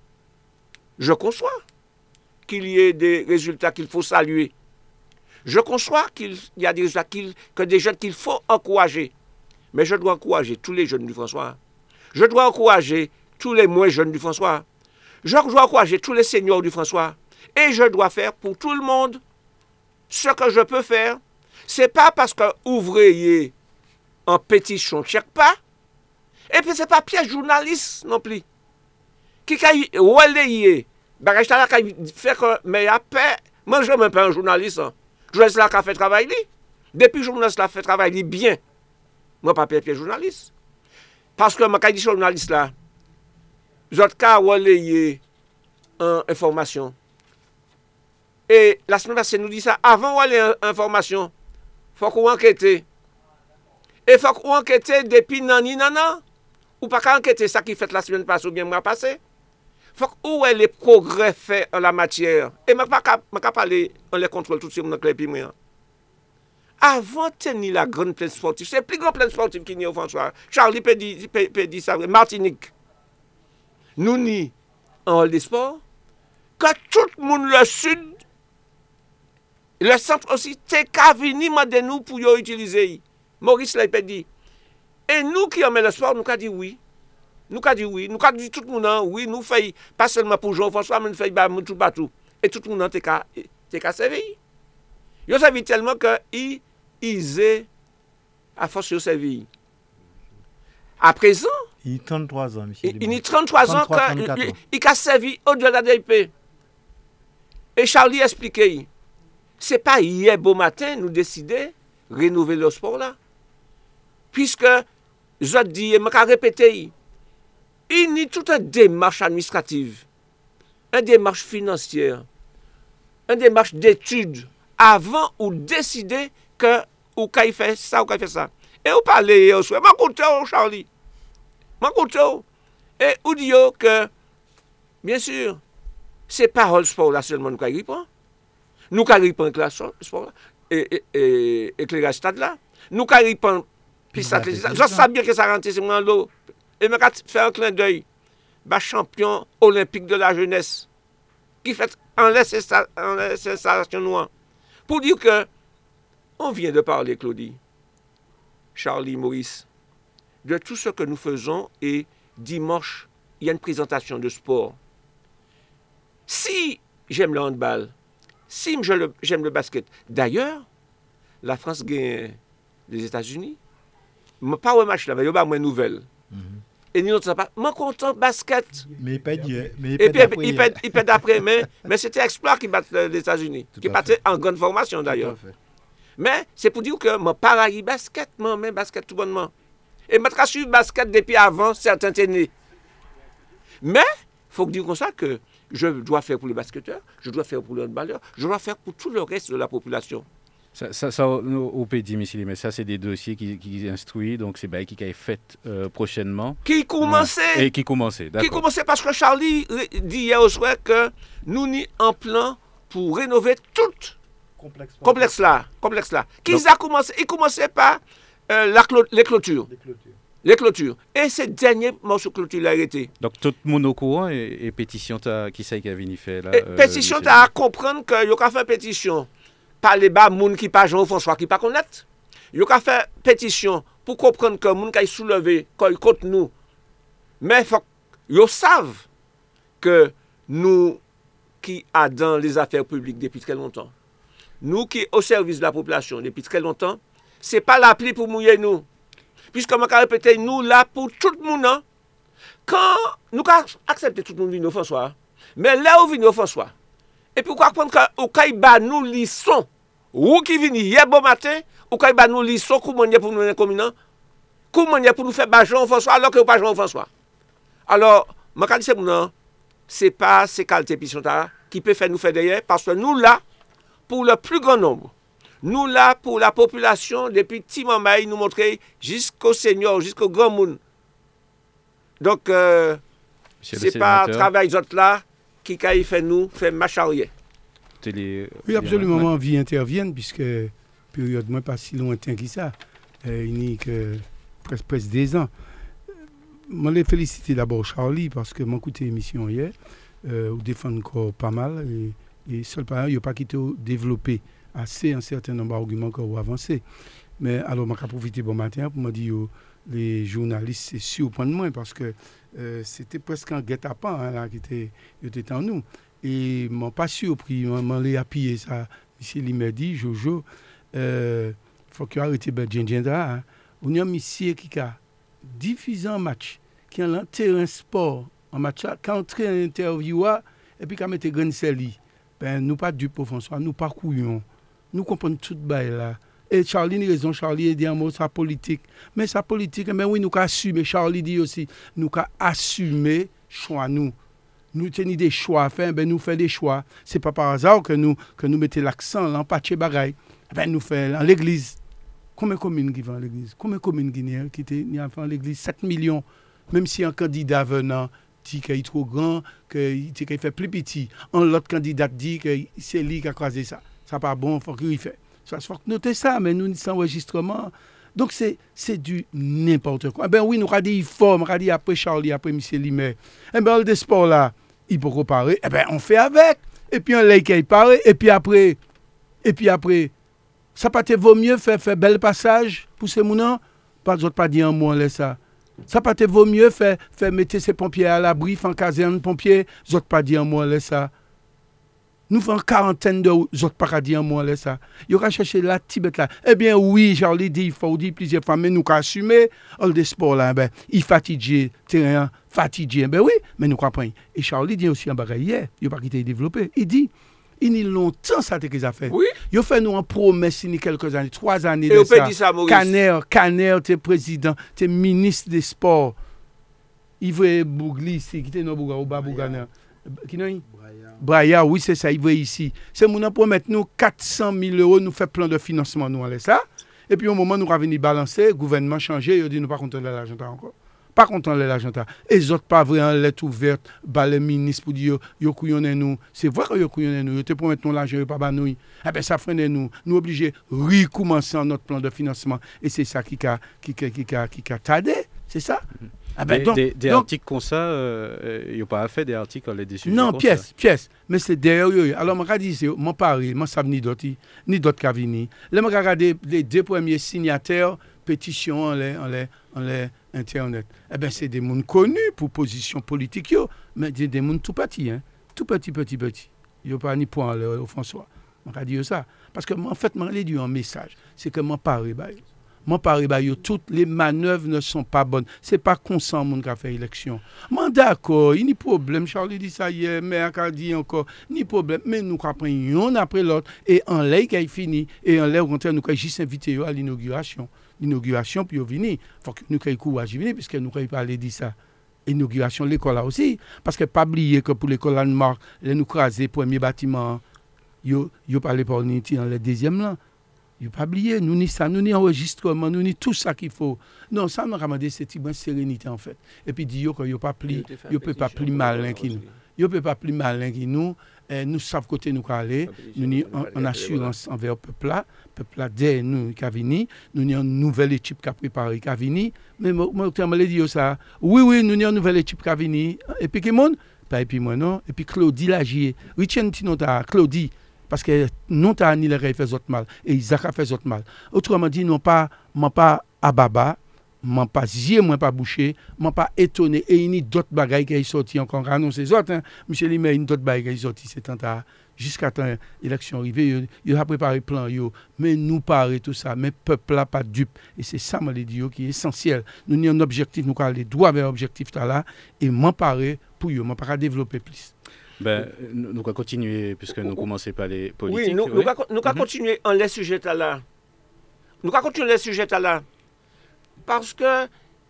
Speaker 4: Je conçois qu'il y ait des résultats qu'il faut saluer. Je conçois qu'il y a des résultats qu'il, que des jeunes qu'il faut encourager. Mais je dois encourager tous les jeunes du François. Je dois encourager tous les moins jeunes du François. Je dois encourager tous les seniors du François. Et je dois faire pour tout le monde ce que je peux faire. Ce n'est pas parce que ouvrier en pétition ne check pas. Et puis ce n'est pas pièce journaliste non plus. Qui a relayé. Bagage là qui fait que mais après moi je ne suis même pas un journaliste. Hein. Journaliste là qui a fait travail, depuis journaliste là fait travail bien. Moi, pas perdre journaliste. Parce que, je dis journaliste là, j'autre cas relayer une information. Et la semaine passée, nous dit ça, avant relayer information, il faut qu'on enquête. Et il faut qu'on enquête depuis nani nana. Ou pas qu'à enquêter ça qui fait la semaine passée ou bien le mois passé. Faut où est les progrès faits en la matière. Et je ne peux pas parler, on les contrôle tout de suite dans le pays. Avant de tenir la grande plaine sportive, c'est le plus grand plaine sportive qu'il y a au François. Charlie peut dire, peut, peut dire ça, Martinique. Nous ni en hall des sports, que tout le monde le sud, le centre aussi, t'es qu'à venir demander nous pour y utiliser. Maurice l'a peut dire. Et nous qui aimons le sport, nous avons dit oui. Nous avons dit oui. Nous avons dit tout le monde, oui, nous faisons, pas seulement pour Jean-François, mais nous faisons tout partout. Et tout le monde t'es qu'à servir. Ils ont servi tellement qu'ils aient à force de servir. À présent,
Speaker 6: il a trente-trois ans, monsieur.
Speaker 4: Il a trente-trois ans qu'il a servi au-delà de la D I P. Et Charlie a expliqué, ce n'est pas hier beau matin, nous décidons de rénover le sport là. Puisque, je dis, je vais répéter, il y a toute une démarche administrative, une démarche financière, une démarche d'études avant ou décider que ou qu'il fait ça ou qu'il fait ça. Et vous parlez au soir, m'écoutez Charlie, m'écoutez et vous dites que bien sûr, c'est pas le sport là seulement nous qui répond. Nous qui répond le sport là et et éclairage stade là, nous qui répond puis ça je sais bien que ça rentre c'est moi l'eau et me faire un clin d'œil bah champion olympique de la jeunesse qui fait en laisse en sensation noire pour dire que on vient de parler Claudie, Charlie, Maurice, de tout ce que nous faisons et dimanche il y a une présentation de sport. Si j'aime le handball, si j'aime le basket, d'ailleurs la France gagne les États-Unis. Pas au match là, mais il y a une nouvelle. Mm-hmm. Et nous, on pas. Moi, content basket.
Speaker 6: Mais il pète d'hier.
Speaker 4: Et puis, il pète, il pète d'après. Mais, mais c'était Explorer qui bat les États-Unis. Qui battait en grande formation d'ailleurs. Mais c'est pour dire que moi, pareil, basket, moi, mais basket tout bonnement. Et je suis basket depuis avant certains années. Mais, il faut dire comme ça que je dois faire pour les basketteurs, je dois faire pour les handballeurs, je dois faire pour tout le reste de la population.
Speaker 3: Ça, ça, ça au P D, mais ça, c'est des dossiers qui, qui instruisent, donc c'est bien qui est fait euh, prochainement.
Speaker 4: Qui commençait
Speaker 3: ouais. Et qui commençait, d'accord.
Speaker 4: Qui commençait parce que Charlie dit hier au soir que nous n'y en plan pour rénover tout complexe, complexe là, complexe là. Qui a commencé, il commençait par euh, la clo- les clôtures. Les clôtures. Les clôtures. Et ces derniers morceaux de clôture l'ont arrêté. Donc
Speaker 3: tout le monde au courant et, et pétition ta, qui c'est qui a venu faire là.
Speaker 4: Et, euh, pétition t'as à comprendre que y a fait pétition. Par les bas, moun qui pas Jean-François qui pas connaître. Yo ka fait pétition pour comprendre que moun qui soulevé contre nous. Mais faut yo savent que nous qui a dans les affaires publiques depuis très longtemps. Nous qui au service de la population depuis très longtemps, c'est pas l'appli pour mouiller nous. Puisque moi répéter nous là pour tout le monde. Hein? Quand nous accepter tout le monde vino François, mais là où vino François. Et puis, quoi prendre au Kaïba, nous lissons, ou qui vient hier bon matin, au Kaïba, nous lissons, comment il y a pour nous les communants, comment il y a pour nous faire Bajon François, alors que nous pas Jean François. Alors, je dis que ce n'est pas ces qualités qui peuvent faire nous faire derrière, parce que nous là, pour le plus grand nombre, nous là, pour la population, depuis petit moment, nous montrer jusqu'au Seigneur, jusqu'au grand monde. Donc, euh, ce n'est pas un travail d'autres là, qui a fait nous faire marche arrière.
Speaker 8: Oui, absolument, ouais. Envie intervienne, puisque période moins pas si lointain que ça. Euh, il n'y a que presque, presque des ans. Je les féliciter d'abord Charlie, parce que j'ai écouté l'émission hier, euh, où défend encore pas mal, et, et seul par il n'y a pas quitté développer assez un certain nombre d'arguments qu'on a avancé. Mais alors, je vais profiter bon matin pour me dire les journalistes, c'est sûr au point de moins, parce que Euh, c'était presque un guet-apens hein, là, qui était, était en nous. Et je ne suis pas surpris, je l'ai appuyé ça. Monsieur Limer dit, Jojo, il euh, faut qu'il arrête de Djendjendra. On a un monsieur qui a diffusé un match, qui a un terrain sport, un match là, qui a entré un interview, et puis qui a mis des graines seli. Ben, nous pas du pour François, nous parcourons, nous comprenons tout le bail là. Et Charlie a raison, Charlie dit un mot, sa politique. Mais sa politique, mais oui, nous avons assumé, Charlie dit aussi, nous avons assumé choix nous. Nous tenons des choix à faire, ben nous faisons des choix. Ce n'est pas par hasard que nous, que nous mettons l'accent dans le bagaille. Ben nous faisons dans l'église. Combien de communes qui vont à l'église? Combien de communes guinéennes qui ont fait l'église? sept millions. Même si un candidat venant dit qu'il est trop grand, qu'il fait plus petit, un autre candidat dit que c'est lui qui a croisé ça. Ça n'est pas bon, il faut qu'il fait. Ça se faut noter ça, mais nous, sans enregistrement. Donc, c'est, c'est du n'importe quoi. Eh bien, oui, nous avons dit, il faut, nous avons dit après Charlie, après M. Limet. Eh bien, le sport là, il peut comparer. Eh bien, on fait avec. Et puis, on l'a qui parle. Et puis après, et puis après, ça peut être vaut mieux faire, faire bel passage pour ces mounans. Pas d'autres pas dire un mot, on laisse ça. Ça peut être vaut mieux faire, faire mettre ces pompiers à l'abri, faire en caserne pompiers. D'autres pas dire un mot, on laisse ça. Nous faisons quarantaine de autres pas dire un mot, on laisse ça. Il y aura cherché la Tibet là. Eh bien, oui, Charlie dit, il faut dire plusieurs fois, mais nous qu'à assumer, le des sports là, ben, il fatigué, terrain fatigué, ben oui, mais nous comprenons. Et Charlie dit aussi un bagage hier, il n'a pas quitté développer. Il dit, il y a longtemps ça qu'ils a fait.
Speaker 4: Oui.
Speaker 8: Il a fait nous en promesse il y a quelques années, trois années
Speaker 4: et
Speaker 8: de
Speaker 4: on
Speaker 8: ça.
Speaker 4: peut dire ça, Maurice.
Speaker 8: Caner, Caner, t'es président, t'es ministre des sports. Yves Bougli, ici, qui était dans Bouga, ou Babougana. Qui n'a Braya, oui, c'est ça, il veut ici. C'est mon promettre nous quatre cent mille euros, nous fait plein de financement, nous, allez ça. Et puis au moment où nous avons balancer, le gouvernement changé, il dit nous pas contrôler l'argent encore. Pas contrôler l'argent. Et les autres pas vraiment lettre ouverte, bah les ministres pour dire yo couillonne nous. C'est vrai que yo couillonne nous, yo te promettre nous l'argent pas ba nous. Eh ben ça freine nous. Nous obligés recommencer notre plan de financement et c'est ça qui a qui qui qui qui qui a tardé, c'est ça. Mm-hmm.
Speaker 3: Ah ben, donc, des des donc, articles comme ça, euh, il n'y a pas fait des articles les dessus.
Speaker 8: Non, pièce, ça. pièce. Mais c'est derrière eux. Alors, je dis, c'est mon pari, je ne sais ni d'autres, ni d'autres qui viennent. Là, je regarde les deux premiers signataires, pétitions en les, en les, en les Internet. Eh bien, c'est des gens connus pour position politique, yo, mais des, des gens tout petits, hein. Tout petit, petit, petit. Il n'y a pas ni point au François. Je vais dire ça. Parce que, en fait, je vais dire un message. C'est que mon pari, bah, Moi, pareil, bah, yo, toutes les manœuvres ne sont pas bonnes. Ce n'est pas consent mon qui a fait l'élection. Moi, d'accord, il n'y a pas de problème. Charlie dit ça hier, mais a dit encore, il n'y a pas de problème. Mais nous apprenons un après l'autre. Et en l'air qui est fini, et en l'air, au contraire, nous avons juste invité à l'inauguration. L'inauguration, puis au venir. Il faut que nous ayons courage de venir, puisque nous avons parlé de ça. Inauguration de l'école là aussi. Parce que pas oublier que pour l'école Landmark, les nous craser, premier bâtiment, yo, yo parlé pour nous dans le deuxième là. Il ne faut pas oublier, nous ni ça, nous ni enregistrement, nous ni tout ça qu'il faut. Non, ça nous ramène cette bonne sérénité en fait. Et puis dire qu'il n'y a pas plus, il peut pas plus malin que nous. Il ne peut pas plus malin que nous. Et nous savons côté nous aller, nous avons en assurance envers le peuple là, le peuple là derrière nous qui a venu, nous avons une nouvelle équipe qui a préparé qui a venu. Mais moi, je me dis ça. Oui, oui, nous avons une nouvelle équipe qui a venu. Et puis qui monde? Pas et puis moi non. Et puis Claudie Lagier, Richard Tinota, Claudie. Parce que non t'as ni les fait autres mal et Isaac a fait autres mal. Autrement dit, non pas m'en pas à baba, m'en pas zier, m'en pas bouché, m'en pas étonné et il y a d'autres bagailles qui sont sortis encore annoncé les autres hein. Monsieur Limet, une d'autres bagailles qui sont sortis c'est tant jusqu'à temps l'élection arrivée, il a préparé plan yo, mais nous parer tout ça, mais peuple là pas dupe et c'est ça moi les dit qui est essentiel. Nous avons un objectif, nous aller droit vers l'objectif là et m'en parer pour yo, m'en pas développer plus.
Speaker 3: Ben, nous allons continuer, puisque nous commençons par les politiques.
Speaker 4: Oui, nous allons oui. nous mm-hmm. continuer en les sujets là. Nous allons continuer les sujets là. Parce que,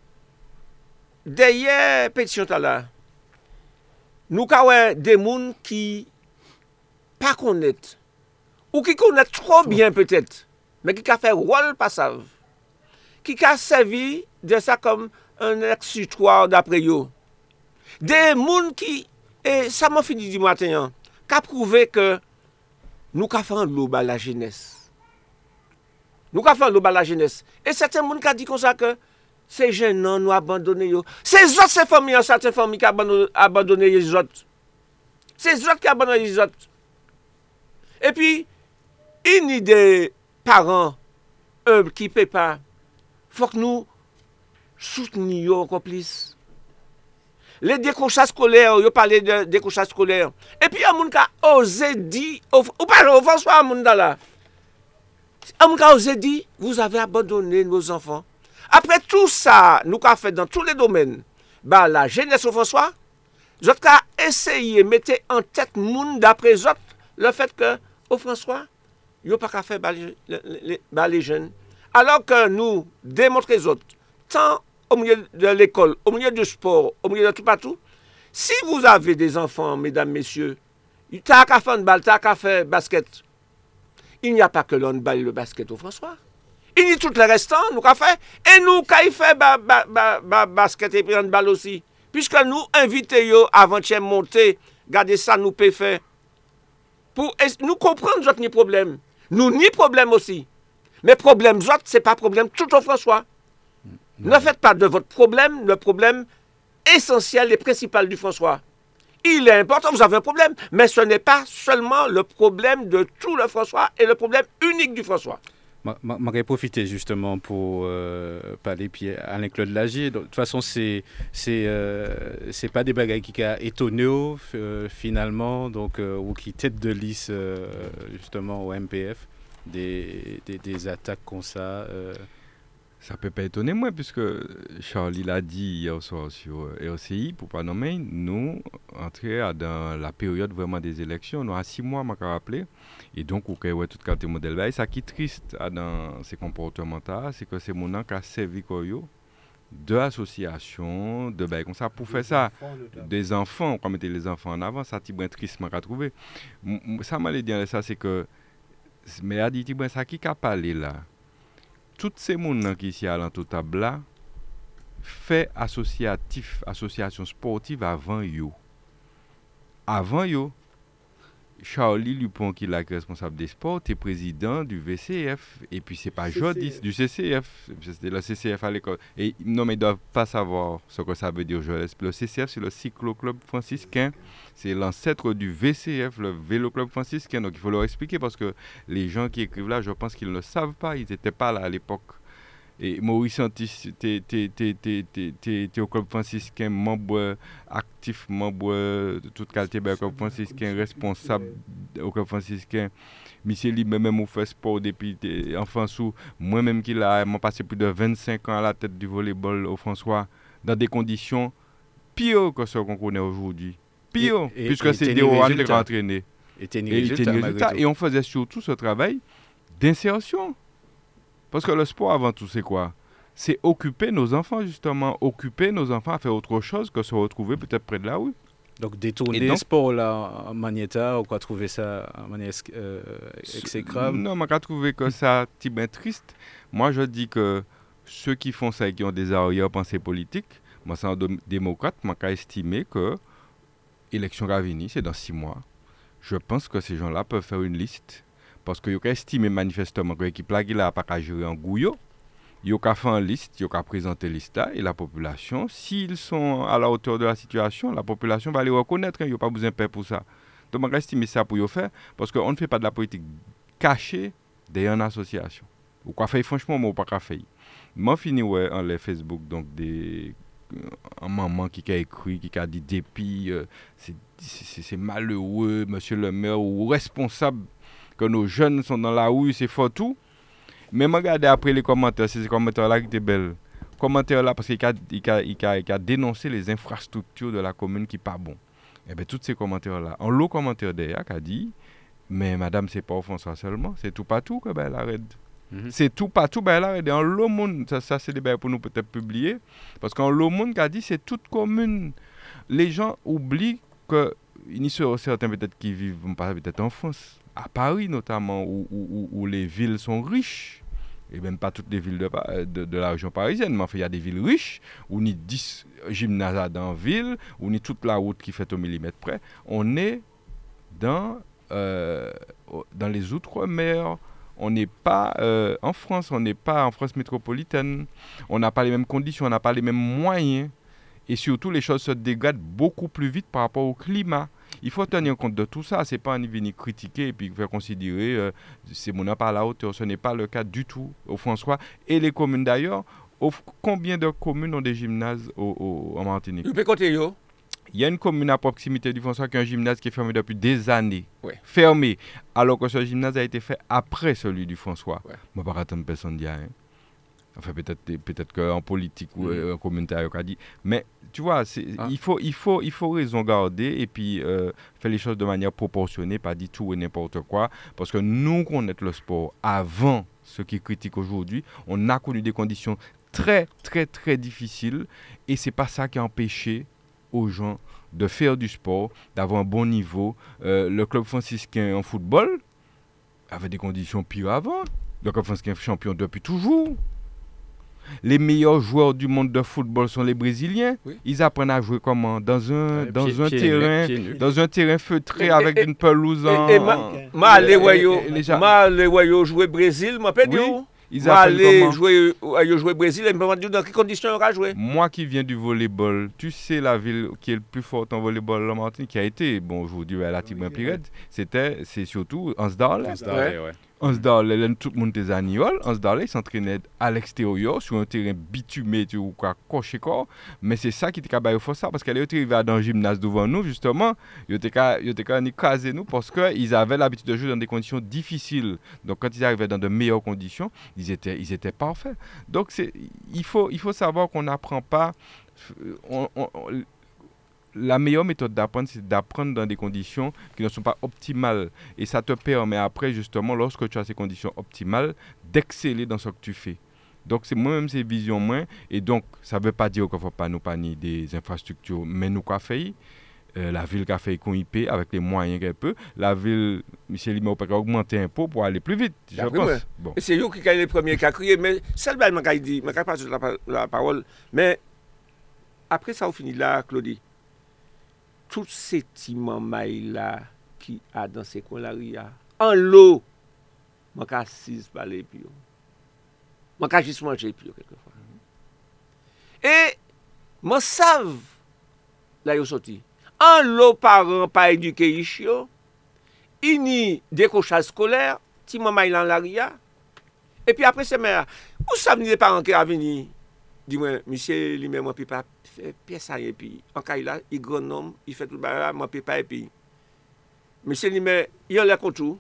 Speaker 4: derrière pétition là, nous avons des gens qui ne connaissent pas, ou qui connaissent trop bien peut-être, mais qui ont fait rôle pas savent, qui ont servi de ça comme un exutoire d'après eux. Des gens qui et ça m'a fini du matin, qu'a prouvé que nous avons fait un lot à la jeunesse. Nous avons fait un lot à la jeunesse. Et certains gens qui dit comme ça que ces jeunes nous abandonné. C'est autres, ces familles, certaines familles qui ont abandonné les autres. C'est autres qui ont abandonné les autres. Et puis, il y a des parents eux, qui ne paient pas. Il faut que nous soutenions encore plus. Les décrochages scolaires, vous parlez de décrochages scolaires. Et puis, il y a un monde qui a osé dire, ou pas, François, un monde là. Un monde qui a osé dire, vous avez abandonné nos enfants. Après tout ça, nous avons fait dans tous les domaines, bah, la jeunesse au François, nous avons essayé de mettre en tête monde d'après autres le fait que, au François, Yo pas qu'à faire bah, les, les, bah, les jeunes. Alors que nous, démontrer les autres, tant au milieu de l'école, au milieu du sport, au milieu de tout partout, si vous avez des enfants, mesdames, messieurs, t'as qu'à faire une balle, t'as qu'à faire basket. Il n'y a pas que le handball et le basket au François. Il y a tout le restant, nous qu'à faire. Et nous qu'à y faire bah, bah, bah, bah, basket et handball aussi. Puisque nous invitons avant-hier monter, regardez ça, nous pouvons faire. Pour nous comprendre notre problème. Nous ni problème aussi. Mais problème autres, ce n'est pas problème tout au François. Mmh. Ne faites pas de votre problème le problème essentiel et principal du François. Il est important, vous avez un problème, mais ce n'est pas seulement le problème de tout le François et le problème unique du François.
Speaker 3: Je vais profiter justement pour euh, parler puis Alain-Claude Lagier. De toute façon, c'est c'est euh, c'est pas des bagailles qui a étonné euh, finalement, donc euh, ou qui tête de liste euh, justement au M P F des, des, des attaques comme ça. Euh.
Speaker 7: Ça peut pas étonner moi puisque Charlie l'a dit hier soir sur R C I pour pas nommer, nous entrer dans la période vraiment des élections, nous à six mois m'a rappelé. Et donc, on a tout carte modèle. Et ça qui est triste dans ces comportements-là, c'est que c'est mon nom qui a servi de associations, de bail comme ça, pour faire ça. Des enfants, on mettre les enfants en avant, ça c'est bien triste, m'a trouvé. Ça m'a dit ça, c'est que, mais a dit ça qui a parlé là. Toutes ces gens qui ici à l'entour là, fait associatif, association sportive avant yo. Avant yo. Charlie Lupon, qui est le responsable des sports, est président du V C F. Et puis, c'est pas Jodis, du C C F. C'était le C C F à l'école. Et non, mais ils ne doivent pas savoir ce que ça veut dire, je laisse. Le C C F, c'est le cyclo-club franciscain. C'est l'ancêtre du V C F, le vélo-club franciscain. Donc, il faut leur expliquer parce que les gens qui écrivent là, je pense qu'ils ne le savent pas. Ils n'étaient pas là à l'époque. Et Maurice Santis, tu es au club franciscain, membre actif, membre de toute qualité du club franciscain, responsable au club franciscain. Michel lui-même au fait sport depuis enfance où moi-même qui l'a passé plus de vingt-cinq ans à la tête du volleyball au François dans des conditions pires que ce qu'on connaît aujourd'hui. Pire, et, et, puisque et c'est des hauts qui ont entraîné.
Speaker 3: Et, et,
Speaker 7: et on faisait surtout ce travail d'insertion. Parce que le sport, avant tout, c'est quoi? C'est occuper nos enfants, justement. Occuper nos enfants à faire autre chose que se retrouver peut-être près de la rue.
Speaker 3: Donc, détourner le sport là, en magnéta, ou quoi, trouver ça en manière euh, exécrable?
Speaker 7: Non, je trouve que ça est bien triste. Moi, je dis que ceux qui font ça et qui ont des arrière-pensées politiques, moi, c'est un démocrate, je peux estimer que l'élection Ravini, c'est dans six mois. Je pense que ces gens-là peuvent faire une liste. Parce que vous estimez manifestement que l'équipe là, il n'a pas qu'à gérer en gouillot. Ils ont fait une liste, ils ont présenté la liste là, et la population, s'ils sont à la hauteur de la situation, la population va les reconnaître, ils n'ont pas besoin de paix pour ça. Donc, je estime ça pour y faire, parce qu'on ne fait pas de la politique cachée derrière une association. Ou quoi faire, franchement, moi, pas qu'à faire. Moi, fini ouais, en les Facebook, donc des. Un maman qui a écrit, qui a dit dépit, euh, c'est, c'est, c'est malheureux, monsieur le maire, ou responsable. Que nos jeunes sont dans la rue, c'est fort tout. Mais regardez après les commentaires, c'est ces commentaires-là qui étaient belles. Commentaires-là, parce qu'il a, il a, il a, il a dénoncé les infrastructures de la commune qui ne sont pas bonnes. Et bien, tous ces commentaires-là. En l'autre commentaire derrière, qui a dit, mais madame, c'est pas au François seulement, c'est tout partout que ben, elle arrête. Mm-hmm. C'est tout partout, ben, elle arrête. En l'autre monde, ça, ça c'est des ben, pour nous peut-être publier. Parce qu'en l'autre monde, qui a dit, c'est toute commune. Les gens oublient que, il y a certains peut-être qui vivent peut-être en France. À Paris notamment, où, où, où les villes sont riches, et même pas toutes les villes de, de, de la région parisienne, mais enfin, il y a des villes riches, où il y a dix gymnases dans la ville, où il y a toute la route qui fait au millimètre près. On est dans, euh, dans les outre-mer, on n'est pas euh, en France, on n'est pas en France métropolitaine, on n'a pas les mêmes conditions, on n'a pas les mêmes moyens, et surtout les choses se dégradent beaucoup plus vite par rapport au climat. Il faut tenir compte de tout ça. Ce n'est pas en venir critiquer et puis faire considérer euh, c'est mon pas à la hauteur. Ce n'est pas le cas du tout au François. Et les communes d'ailleurs, combien de communes ont des gymnases au, au, en Martinique?
Speaker 4: Vous pouvez compter, yo?
Speaker 7: Il y a une commune à proximité du François qui a un gymnase qui est fermé depuis des années.
Speaker 4: Ouais.
Speaker 7: Fermé. Alors que ce gymnase a été fait après celui du François.
Speaker 4: Ouais.
Speaker 7: Je ne vais pas attendre personne dire. Hein. Enfin, peut-être peut-être qu'en politique ou
Speaker 3: Mm.
Speaker 7: euh, en communautaire, on a dit. Mais tu vois, c'est,
Speaker 3: Ah.
Speaker 7: il, faut, il, faut, il faut raison garder et puis euh, faire les choses de manière proportionnée, pas dire tout et n'importe quoi. Parce que nous, connaître le sport avant ceux qui critiquent aujourd'hui, on a connu des conditions très, très, très difficiles. Et c'est pas ça qui a empêché aux gens de faire du sport, d'avoir un bon niveau. Euh, le club franciscain en football avait des conditions pires avant. Le club franciscain est champion depuis toujours. Les meilleurs joueurs du monde de football sont les Brésiliens.
Speaker 4: Oui.
Speaker 7: Ils apprennent à jouer comment? Dans un,
Speaker 3: Ouais,
Speaker 7: dans
Speaker 3: pieds-
Speaker 7: un
Speaker 3: pieds
Speaker 7: terrain,
Speaker 3: nus, pieds nus.
Speaker 7: dans un terrain feutré
Speaker 4: Et-
Speaker 7: avec
Speaker 4: et-
Speaker 7: une pelouse en.
Speaker 4: Et, et ma,
Speaker 7: en-
Speaker 4: ma aller
Speaker 7: et-
Speaker 4: ouais,
Speaker 7: et-
Speaker 4: yo,
Speaker 7: et les gens-
Speaker 4: ma aller ouais, yo jouer Brésil, m'a pas dit
Speaker 7: Oui,
Speaker 4: où.
Speaker 7: ils
Speaker 4: Ma
Speaker 7: apprennent
Speaker 4: aller
Speaker 7: comment?
Speaker 4: jouer ouais, yo jouer Brésil, et me dit dans quelles conditions on va jouer.
Speaker 7: Moi qui viens du volleyball, tu sais la ville qui est le plus forte en volleyball en Martinique, qui a été, bon, aujourd'hui à la Tibrin Pirate, c'était, c'est surtout Ansdal.
Speaker 3: Ansdal, ouais.
Speaker 7: Ansdal, là, tout le monde était à Niol. Ansdal, il s'entraînait à l'extérieur, sur un terrain bitumé, tu vois, coché corps. Mais c'est ça qui était capable de faire ça, parce qu'elle est arrivée dans le gymnase devant nous, justement. Ils étaient capable de caser nous, parce qu'ils avaient l'habitude de jouer dans des conditions difficiles. Donc, quand ils arrivaient dans de meilleures conditions, ils étaient, ils étaient parfaits. Donc, c'est, il, faut, il faut savoir qu'on n'apprend pas. On, on, on, la meilleure méthode d'apprendre, c'est d'apprendre dans des conditions qui ne sont pas optimales. Et ça te permet après, justement, lorsque tu as ces conditions optimales, d'exceller dans ce que tu fais. Donc, c'est moi-même, c'est vision moins. Et donc, ça ne veut pas dire qu'il ne faut pas nous panier des infrastructures, mais nous, quoi fait euh, la ville qui a fait qu'on y paie avec les moyens qu'elle peut. La ville, Michel Limé, peut augmenter un peu pour aller plus vite, je
Speaker 4: D'après
Speaker 7: pense.
Speaker 4: moi.
Speaker 7: Bon.
Speaker 4: Et c'est eux qui sont les premiers qui ont crié, mais c'est le bal m'a dit, je ne pas passer la, la parole, mais après ça, on finit là, Claudie. Tous ces petits mamailles là qui a dans ces coins là, en l'eau, je suis assis par les pieds. Je suis juste manger les pieds quelquefois. Et je savent, là, ils sont sortis. En l'eau, parents, pas éduqués ici, il y a décrochage scolaire, petit mamailles là, la ria. Et puis après, c'est mère, où ça venir les parents qui sont venus? Dis-moi, monsieur, lui-même, moi, je ne peux pas faire pièce à et puis, en cas là, il est grand homme, il fait tout le bagage, moi, je ne peux pas et puis. Monsieur, lui-même, il a l'air contre tout.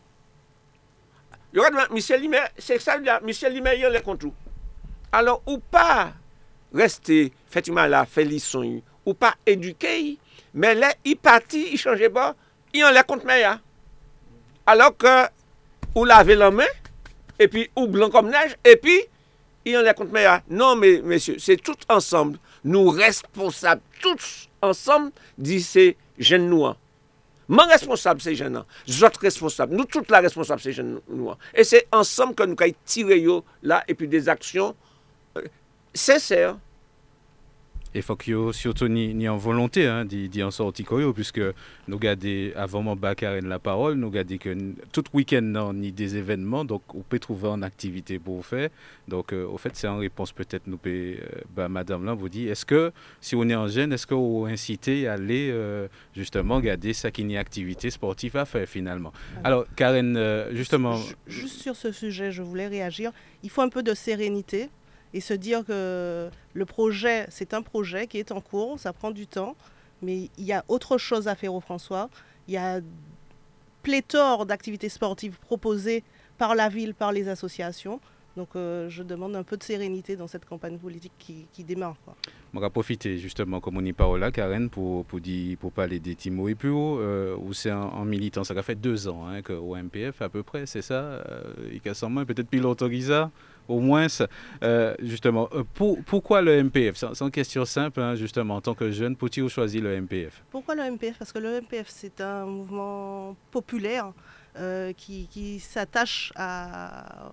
Speaker 4: Monsieur, lui-même, c'est ça, monsieur, lui-même, il a l'air contre tout. Alors, ou pas rester, effectivement, là, faire leçon, ou pas éduquer, mais là, il partit, il change pas, il a l'air contre moi. Alors que, ou laver la main, et puis, ou blanc comme neige, et puis, il en est contre moi. Non, mais messieurs, c'est tout ensemble. Nous responsables, tous ensemble, dit ces jeunes noirs. Mon responsable, c'est jeunes noirs. J'autres responsables. Nous, tous la responsables, c'est jeunes noirs. Et c'est ensemble que nous allons tirer là, et puis des actions euh, sincères.
Speaker 3: Il faut qu'il y ait surtout ni, ni en volonté hein, d'y en sortir, puisque nous gardons, avant mon bac la parole, nous gardons que tout week-end, non, ni des événements, donc on peut trouver une activité pour faire. Donc, euh, au fait, c'est en réponse peut-être, nous peut, euh, bah, madame là, vous dit, est-ce que, si on est en jeune, est-ce qu'on incite à aller euh, justement garder ça qui n'est activité sportive à faire finalement? Alors, Karen, euh, justement...
Speaker 5: Juste sur ce sujet, je voulais réagir. Il faut un peu de sérénité et se dire que le projet, c'est un projet qui est en cours, ça prend du temps, mais il y a autre chose à faire au François. Il y a pléthore d'activités sportives proposées par la ville, par les associations. Donc euh, je demande un peu de sérénité dans cette campagne politique qui, qui démarre, quoi.
Speaker 3: On va profiter justement, comme on y parle là, Karen, pour, pour, dire, pour parler des Timo et plus haut, euh, où c'est en, en militant. Ça fait deux ans hein, qu'au M P F, à peu près, c'est ça euh, il casse en main, peut-être plus longtemps que ça, au moins. Euh, justement, euh, pour, pourquoi le M P F? C'est une question simple, hein, justement, en tant que jeune, pour-tu choisir le M P F?
Speaker 5: Pourquoi le M P F? Parce que le M P F, c'est un mouvement populaire euh, qui, qui s'attache à...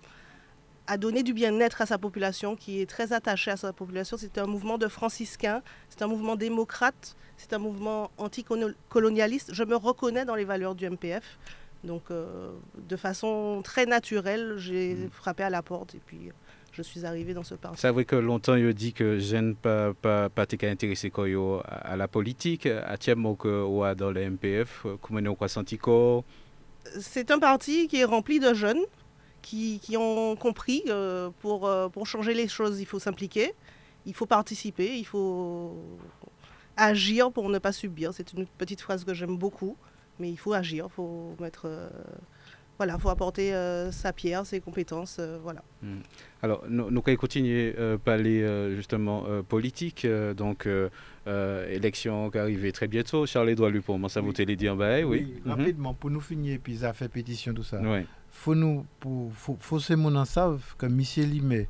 Speaker 5: à donner du bien-être à sa population, qui est très attaché à sa population. C'est un mouvement de franciscains, c'est un mouvement démocrate, c'est un mouvement anticolonialiste. Je me reconnais dans les valeurs du M P F. Donc, euh, de façon très naturelle, j'ai mmh. frappé à la porte et puis je suis arrivée dans ce parti.
Speaker 3: C'est vrai que longtemps, il a dit que je n'ai pas, pas, pas été intéressé à, à la politique. À Thiemo, que dans le M P F, comment on a senti quoi?
Speaker 5: C'est un parti qui est rempli de jeunes, Qui, qui ont compris que euh, pour, euh, pour changer les choses, il faut s'impliquer, il faut participer, il faut agir pour ne pas subir. C'est une petite phrase que j'aime beaucoup, mais il faut agir, il faut mettre, euh, voilà, faut apporter euh, sa pierre, ses compétences, euh, voilà.
Speaker 3: Mm. Alors, nous, nous allons continuer à euh, parler euh, justement euh, politique. Euh, donc, euh, euh, élection qui arrive très bientôt. Charles-Édouard Lupon, ça vous te les dire, bah, oui.
Speaker 6: Oui, rapidement, pour nous finir, puis ça fait pétition, tout ça.
Speaker 3: Oui.
Speaker 6: Faut nous, pour, faut, faut ces gens savent que Michel Limet,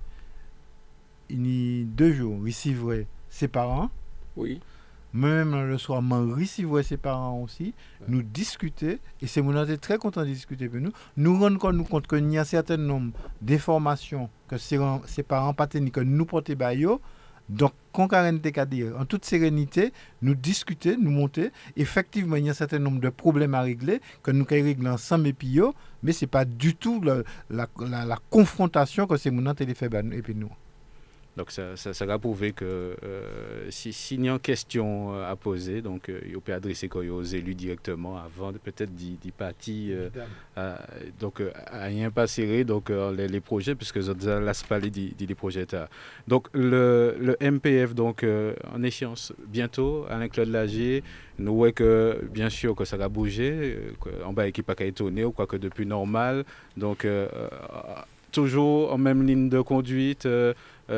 Speaker 6: il y a deux jours, recevrait ses parents.
Speaker 4: Oui.
Speaker 6: Même le soir, je recevrais ses parents aussi, ouais. Nous discuter, et ces gens étaient très contents de discuter avec nous, nous rendre compte qu'il y a un certain nombre d'informations que ses, ses parents pas tenus, que nous portons bayo. Donc, quand Karen te dire, en toute sérénité, nous discuter, nous monter. Effectivement, il y a un certain nombre de problèmes à régler, que nous pouvons régler ensemble et puis yo, mais ce n'est pas du tout la, la, la, la confrontation que ces gens ont fait et puis nous.
Speaker 3: Donc, ça, ça, ça va prouver que euh, s'il si y a une question à poser, donc, euh, il peut adresser aux élus directement avant de peut-être d'y, d'y partir. Euh, à, donc, euh, à rien pas serrer donc, euh, les, les projets, puisque je ne laisse pas les, les projets. Tard. Donc, le, le M P F, donc, euh, en échéance bientôt, Alain-Claude Lagier, nous voyons que, bien sûr, que ça va bouger, euh, en bas, équipe pas étonné, ou quoi que depuis normal. Donc, euh, euh, toujours en même ligne de conduite. Euh,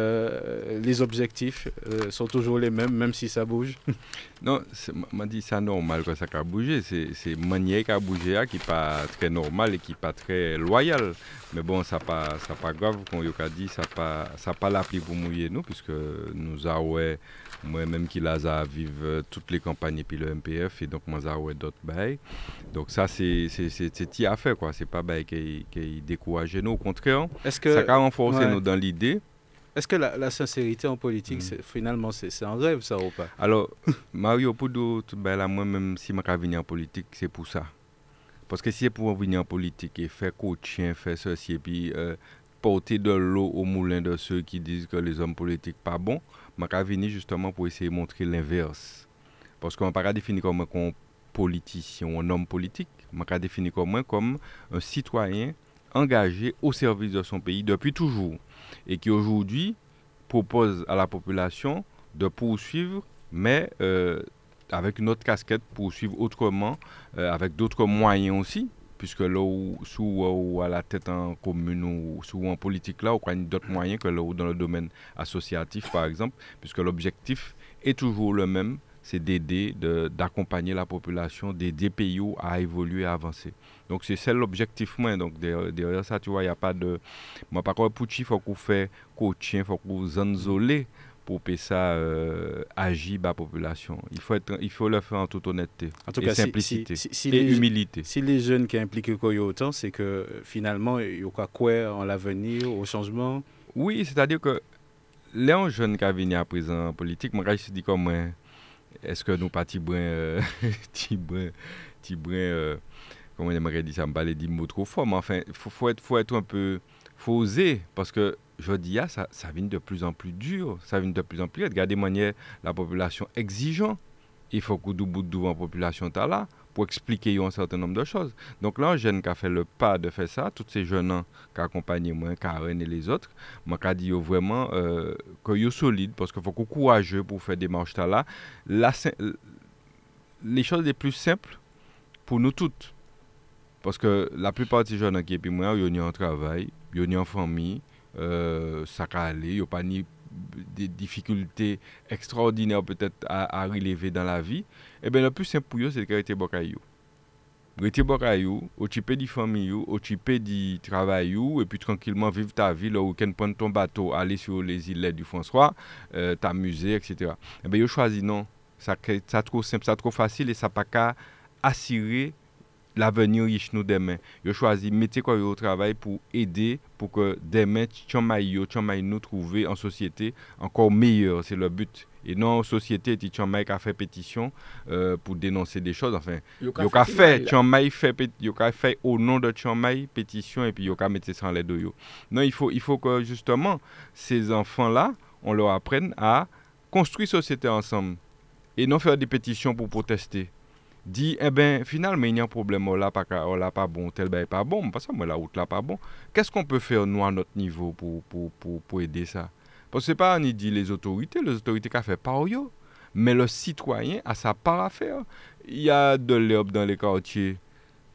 Speaker 3: Euh, les objectifs euh, sont toujours les mêmes, même si ça bouge.
Speaker 7: Non, m'a dit c'est normal que ça a bougé. C'est c'est manière qui a bougé qui n'est pas très normal et qui n'est pas très loyal. Mais bon, ça pas ça pas grave comme il a dit, ça pas ça pas l'appli pour mouiller nous puisque nous avons moi-même qui là à vivre toutes les campagnes et puis le M P F et donc moi avons d'autres bails. Donc ça c'est c'est c'est c'est à faire quoi. C'est pas bail qui qui décourage nous, au contraire. Est-ce que ça a renforcé ouais. nous dans l'idée.
Speaker 3: Est-ce que la, la sincérité en politique, mmh. c'est, finalement, c'est, c'est un rêve, ça, ou pas?
Speaker 7: Alors, Mario, pour tout, ben là, moi-même, si je viens en politique, c'est pour ça. Parce que si c'est pour venir en politique et faire coaching, faire ceci, et puis euh, porter de l'eau au moulin de ceux qui disent que les hommes politiques ne sont pas bons, je vais venir justement pour essayer de montrer l'inverse. Parce qu'on ne peut pas définir comme un politicien ou un homme politique, je vais définir comme, comme un citoyen engagé au service de son pays depuis toujours. Et qui aujourd'hui propose à la population de poursuivre, mais euh, avec une autre casquette, poursuivre autrement, euh, avec d'autres moyens aussi, puisque là où, sous, ou à la tête en commune ou sous en politique, là, on a d'autres moyens que là où dans le domaine associatif, par exemple, puisque l'objectif est toujours le même, c'est d'aider, de, d'accompagner la population, d'aider P I O à évoluer, à avancer. Donc, c'est ça l'objectif. Moi. Donc, derrière, derrière ça, tu vois, il n'y a pas de... Moi, par contre, pour il faut qu'on fasse coaching, il faut qu'on s'enzoler pour que ça euh, agisse la population. Il faut, être, il faut le faire en toute honnêteté, en tout et cas, simplicité si, si, si et
Speaker 3: les,
Speaker 7: humilité.
Speaker 3: Si les jeunes qui impliquent autant, c'est que finalement, il y a quoi en l'avenir, au changement?
Speaker 7: Oui, c'est-à-dire que les jeunes qui viennent à présent en politique, moi, je dis comme... Est-ce que nous pas Tibrin, euh, Tibrin, Tibrin, euh, comment on aimerait dire ça, me parler des mots trop forts, mais enfin, il faut, faut, être, faut être un peu, faut oser, parce que je dis, ah, ça, ça vient de plus en plus dur, ça vient de plus en plus, regardez manière la population exigeante, il faut que nous bout devant la population t'as là, pour expliquer un certain nombre de choses. Donc là, un jeune qui a fait le pas de faire ça, tous ces jeunes qui accompagnent moi, Karen et les autres, moi qui dit vraiment euh, que vous solide parce qu'il faut qu'on courageux pour faire des marches là. La, les choses les plus simples pour nous toutes. Parce que la plupart des jeunes qui sont moi, ils ont un travail, ils ont une famille, euh, ça va aller, ils n'ont pas ni des difficultés extraordinaires peut-être à, à relever dans la vie, et bien le plus simple pour eux, c'est de rester bokayou. Rester bokayou, occuper de famille, occuper du travail, et puis tranquillement vivre ta vie, le week-end prendre ton bateau, aller sur les îles du François, euh, t'amuser, et cetera. Et bien ils choisissent non, ça c'est trop simple, ça trop facile et ça pas qu'à assurer l'avenir riche nous demain. Yo choisi mettre quoi au travail pour aider pour que demain Tchamaï Tchamaï nous trouver en société encore meilleur, c'est le but. Et non en société ti Tchamaï qui a fait pétition euh, pour dénoncer des choses enfin yo ka fait Tchamaï fait yo ka fait au nom de Tchamaï pétition et puis yo ka mettre ça en les deux yo. Non, il faut il faut que justement ces enfants là, on leur apprenne à construire société ensemble et non faire des pétitions pour protester. Dit eh ben finalement il y a un problème là pas là pas bon tel ben pas bon parce que moi la route là pas bon, qu'est-ce qu'on peut faire nous à notre niveau pour pour pour, pour aider ça parce que c'est pas ni dit les autorités les autorités qui fait par eux mais le citoyen a sa part à faire. Il y a de l'herbe dans les quartiers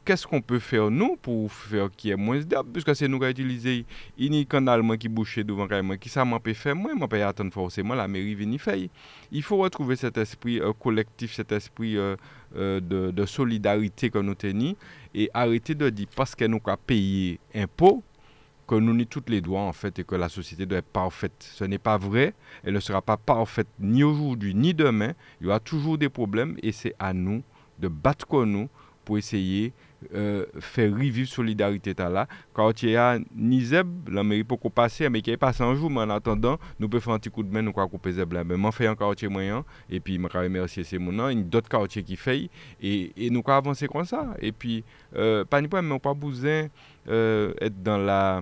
Speaker 7: qu'est-ce qu'on peut faire nous pour faire qu'il y ait moins d'arbres, puisque c'est nous qui utilisons un canal moi, qui bouche devant moi, qui ça m'en peut faire moi, moi pas attendre forcément la mairie venir faire. Il faut retrouver cet esprit euh, collectif, cet esprit euh, euh, de, de solidarité que nous tenons et arrêter de dire parce que nous avons payé impôts que nous avons tous les droits en fait et que la société doit être parfaite. Ce n'est pas vrai, elle ne sera pas parfaite ni aujourd'hui ni demain. Il y aura toujours des problèmes et c'est à nous de battre contre nous pour essayer euh, faire revivre solidarité là. Quand il y a Nizeb, la mairie peut passer, mais qui est passé un jour, mais en attendant, nous pouvons faire un petit coup de main, nous pouvons couper Zeb là. Mais moi, je fais un quartier moyen, et puis je remercier ces gens, il y a d'autres quartiers qui font, et, et nous pouvons avancer comme ça. Et puis, euh, pas ni pas, mais on n'a pas besoin euh, d'être dans la,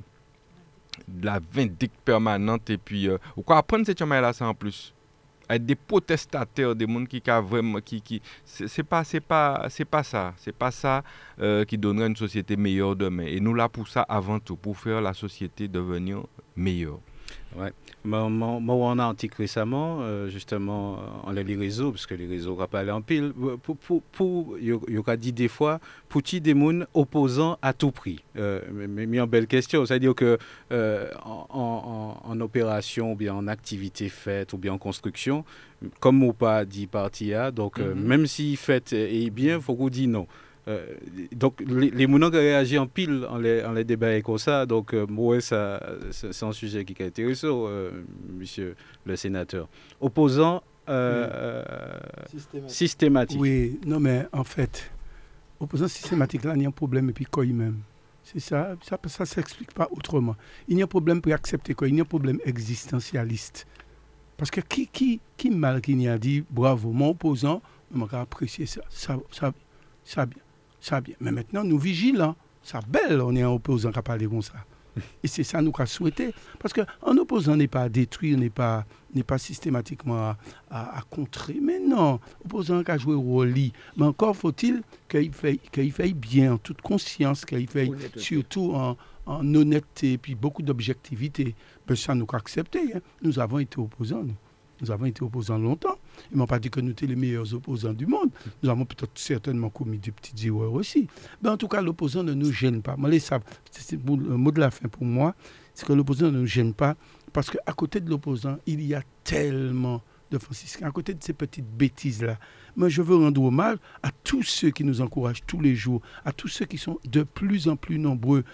Speaker 7: la vindicte permanente, et puis, euh, on peut apprendre cette chemin-là, ça en plus. Être des protestataires, des gens qui qui vraiment qui qui c'est, c'est pas c'est pas c'est pas ça c'est pas ça euh, qui donnerait une société meilleure demain et nous là pour ça avant tout pour faire la société devenir meilleure.
Speaker 3: Ouais. Moi, moi, moi, on a un article récemment, euh, justement, on a les réseaux, parce que les réseaux ne pas aller en pile. Pour, pour, pour, il y a dit des fois, pour qui des gens opposants à tout prix. Euh, mais mis en belle question, c'est-à-dire que euh, en, en, en opération, ou bien en activité faite, ou bien en construction, comme on pas dit parti A, donc mm-hmm. euh, même si fait est bien, il faut qu'on dise non. Euh, donc les, les gens qui réagissent en pile en les, en les débats comme ça, donc euh, moi ça c'est, c'est un sujet qui est intéressant, euh, monsieur le sénateur. Opposant euh, oui. euh, systématique. systématique.
Speaker 8: Oui, non mais en fait, opposant systématique là, il y a un problème et puis quoi même. C'est ça, ça, ça s'explique pas autrement. Il y a un problème pour accepter quoi, il y a un problème existentialiste. Parce que qui qui qui mal qui a dit bravo mon opposant, on va apprécier ça, ça, ça, ça bien. Ça bien. Mais maintenant, nous vigilons. Ça belle, on est un opposant qui a parlé comme ça. Et c'est ça nous qu'a souhaité. Parce qu'un opposant n'est pas à détruire, n'est pas, n'est pas systématiquement à, à, à contrer. Mais non, opposant qui a joué au rôle. Mais encore faut-il qu'il fasse qu'il fait bien, en toute conscience, qu'il fasse surtout en, en honnêteté, puis beaucoup d'objectivité. Ben, ça nous qu'a accepté. Hein. Nous avons été opposants, nous. Nous avons été opposants longtemps. Ils ne m'ont pas dit que nous étions les meilleurs opposants du monde. Nous avons peut-être certainement commis des petites erreurs aussi. Mais en tout cas, l'opposant ne nous gêne pas. Moi, les savent, c'est le mot de la fin pour moi, c'est que l'opposant ne nous gêne pas parce qu'à côté de l'opposant, il y a tellement de franciscains, à côté de ces petites bêtises-là. Mais je veux rendre hommage à tous ceux qui nous encouragent tous les jours, à tous ceux qui sont de plus en plus nombreux.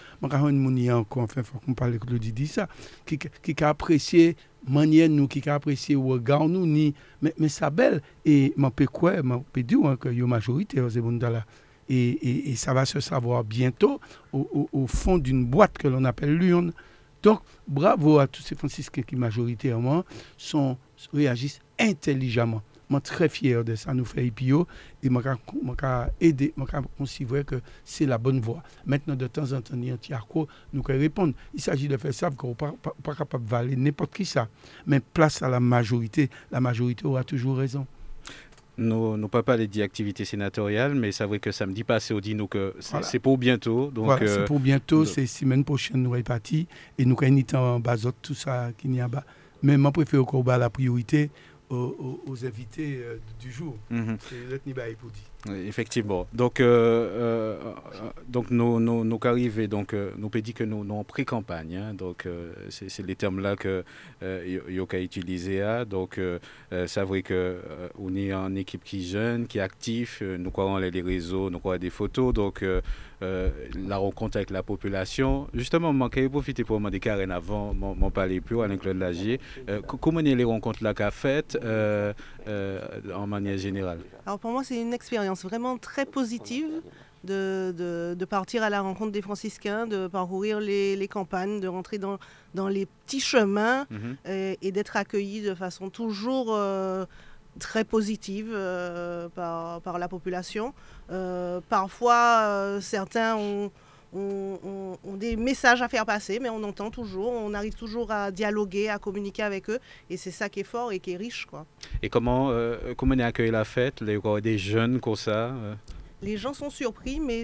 Speaker 8: Je encore, enfin, il faut qu'on parle avec le Didi, ça, qui, qui, qui a apprécié manière nous, qui a apprécié le regard nous, ni, mais, mais ça belle. Et je peux quoi, je peux dire hein, qu'il y a une majorité dans ces mondes-là. Et, et, et ça va se savoir bientôt au, au, au fond d'une boîte que l'on appelle l'urne. Donc, bravo à tous ces franciscains qui majoritairement sont, réagissent intelligemment. Je suis très fier de ça, nous fait I P O et je vais aider, je vais considérer que c'est la bonne voie. Maintenant, de temps en temps, il y a un tiarco, nous pouvons répondre. Il s'agit de faire ça, qu'on n'est pas, pas, pas capable de valer n'importe qui ça. Mais place à la majorité, la majorité aura toujours raison.
Speaker 3: Nous ne pouvons pas parler d'activité sénatoriale, mais c'est vrai que samedi passé, on dit nous que c'est, voilà. c'est pour bientôt. Donc,
Speaker 8: voilà,
Speaker 3: euh,
Speaker 8: c'est pour bientôt, donc... c'est semaine prochaine, nous sommes partis et nous avons été en bas, tout ça qu'il n'y a pas. Mais je préfère encore la priorité aux, aux, aux invités euh, du jour. Mm-hmm. C'est l'Etnibaï pour dire.
Speaker 3: Effectivement. Donc, euh, euh, donc nous, nous, nous arrivons, donc, euh, nous peut dire que nous, nous en pré-campagne. Hein, donc, euh, c'est, c'est les termes-là que euh, y a utilisé. Hein, donc, euh, c'est vrai qu'on euh, est en équipe qui est jeune, qui est actif. Euh, nous croyons les réseaux, nous croyons des photos. Donc, euh, euh, la rencontre avec la population. Justement, je vais profiter pour demander Karen avant, m'en parler plus avec Claude Lagier. Euh, comment les rencontres là qu'a faites euh, euh, en manière générale?
Speaker 5: Alors pour moi, c'est une expérience vraiment très positive de, de, de partir à la rencontre des franciscains, de parcourir les, les campagnes, de rentrer dans, dans les petits chemins mm-hmm. et, et d'être accueilli de façon toujours euh, très positive euh, par, par la population. Euh, parfois, euh, certains ont, ont, ont, ont des messages à faire passer, mais on entend toujours, on arrive toujours à dialoguer, à communiquer avec eux, et c'est ça qui est fort et qui est riche, quoi.
Speaker 3: Et comment, euh, comment on a accueilli la fête? Il y a des jeunes comme ça euh...
Speaker 5: Les gens sont surpris, mais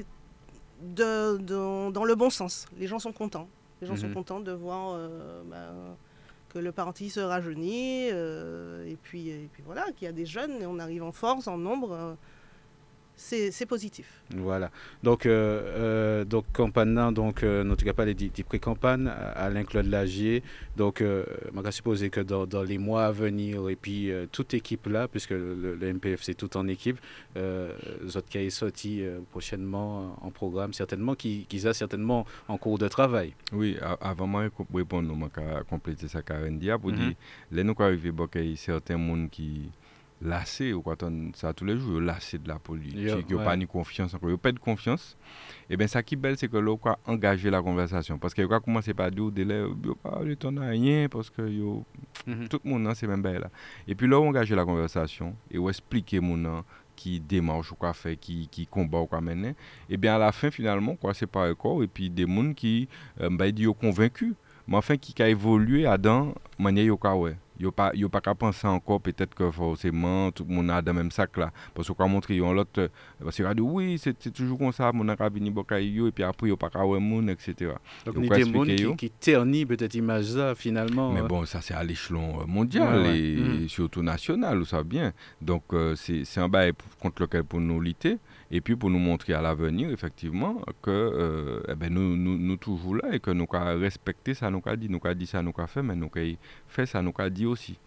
Speaker 5: de, de, dans le bon sens. Les gens sont contents. Les gens mm-hmm. sont contents de voir euh, ben, que le parti se rajeunit, euh, et, puis, et puis voilà, qu'il y a des jeunes, et on arrive en force, en nombre. Euh, c'est, c'est positif.
Speaker 3: Voilà. Donc, euh, euh, donc campagne, donc, euh, notre capable dit, dit pré-campagne, Alain Claude Lagier. Donc, euh, on va supposer que dans, dans les mois à venir, et puis euh, toute équipe là, puisque le, le M P F c'est tout en équipe, euh, autres qui est sorti euh, prochainement en programme, certainement, qui, qui a certainement en cours de travail.
Speaker 7: Oui, a- avant moi de répondre, on va compléter ça Karen Dia pour
Speaker 3: Mhm.
Speaker 7: dire, les nous arrivés, il y a certains monde qui lassés ou quoi ça tous les jours lassés de la politique,
Speaker 3: Yo,
Speaker 7: qui n'ont
Speaker 3: ouais.
Speaker 7: pas ni confiance encore, ils pas de confiance. Et bien ça qui est belle c'est que là quoi engager la conversation parce que quoi commencer par dire des lèvres, yo pas le temps à rien parce que yo
Speaker 3: Mhm.
Speaker 7: tout le monde hein, c'est même belle là. Et puis là on engager la conversation et on expliquer mon nom qui démarche ou quoi faire qui qui combat ou quoi mener et bien à la fin finalement quoi c'est pas encore et puis des monde qui euh, bah dit yo convaincu mais enfin qui a évolué à dans manière yo ka ouais yo pas yo pas qu'à penser encore peut-être que forcément tout le monde a dans même sac là parce qu'on montrer on l'autre euh, parce qu'il a dit oui c'est, c'est toujours comme ça mon a cabini bokai yo et puis après yo pas qu'à ouais moun etc.
Speaker 3: Donc,
Speaker 7: Yo
Speaker 3: il y
Speaker 7: quoi
Speaker 3: a des monde
Speaker 7: expliquer
Speaker 3: qui,
Speaker 7: yo.
Speaker 3: qui ternit peut-être image ça, finalement.
Speaker 7: Mais
Speaker 3: euh.
Speaker 7: bon, ça c'est à l'échelon euh, mondial
Speaker 3: Ouais, ouais.
Speaker 7: et
Speaker 3: Mhm.
Speaker 7: surtout national, vous savez bien. Donc euh, c'est, c'est un bail pour- contre lequel pour nous lutter et puis pour nous montrer à l'avenir effectivement que euh, eh ben, nous, nous, nous toujours là et que nous avons respecté ça, nous avons dit, nous avons dit ça, nous avons fait, mais nous avons fait ça, nous avons dit aussi.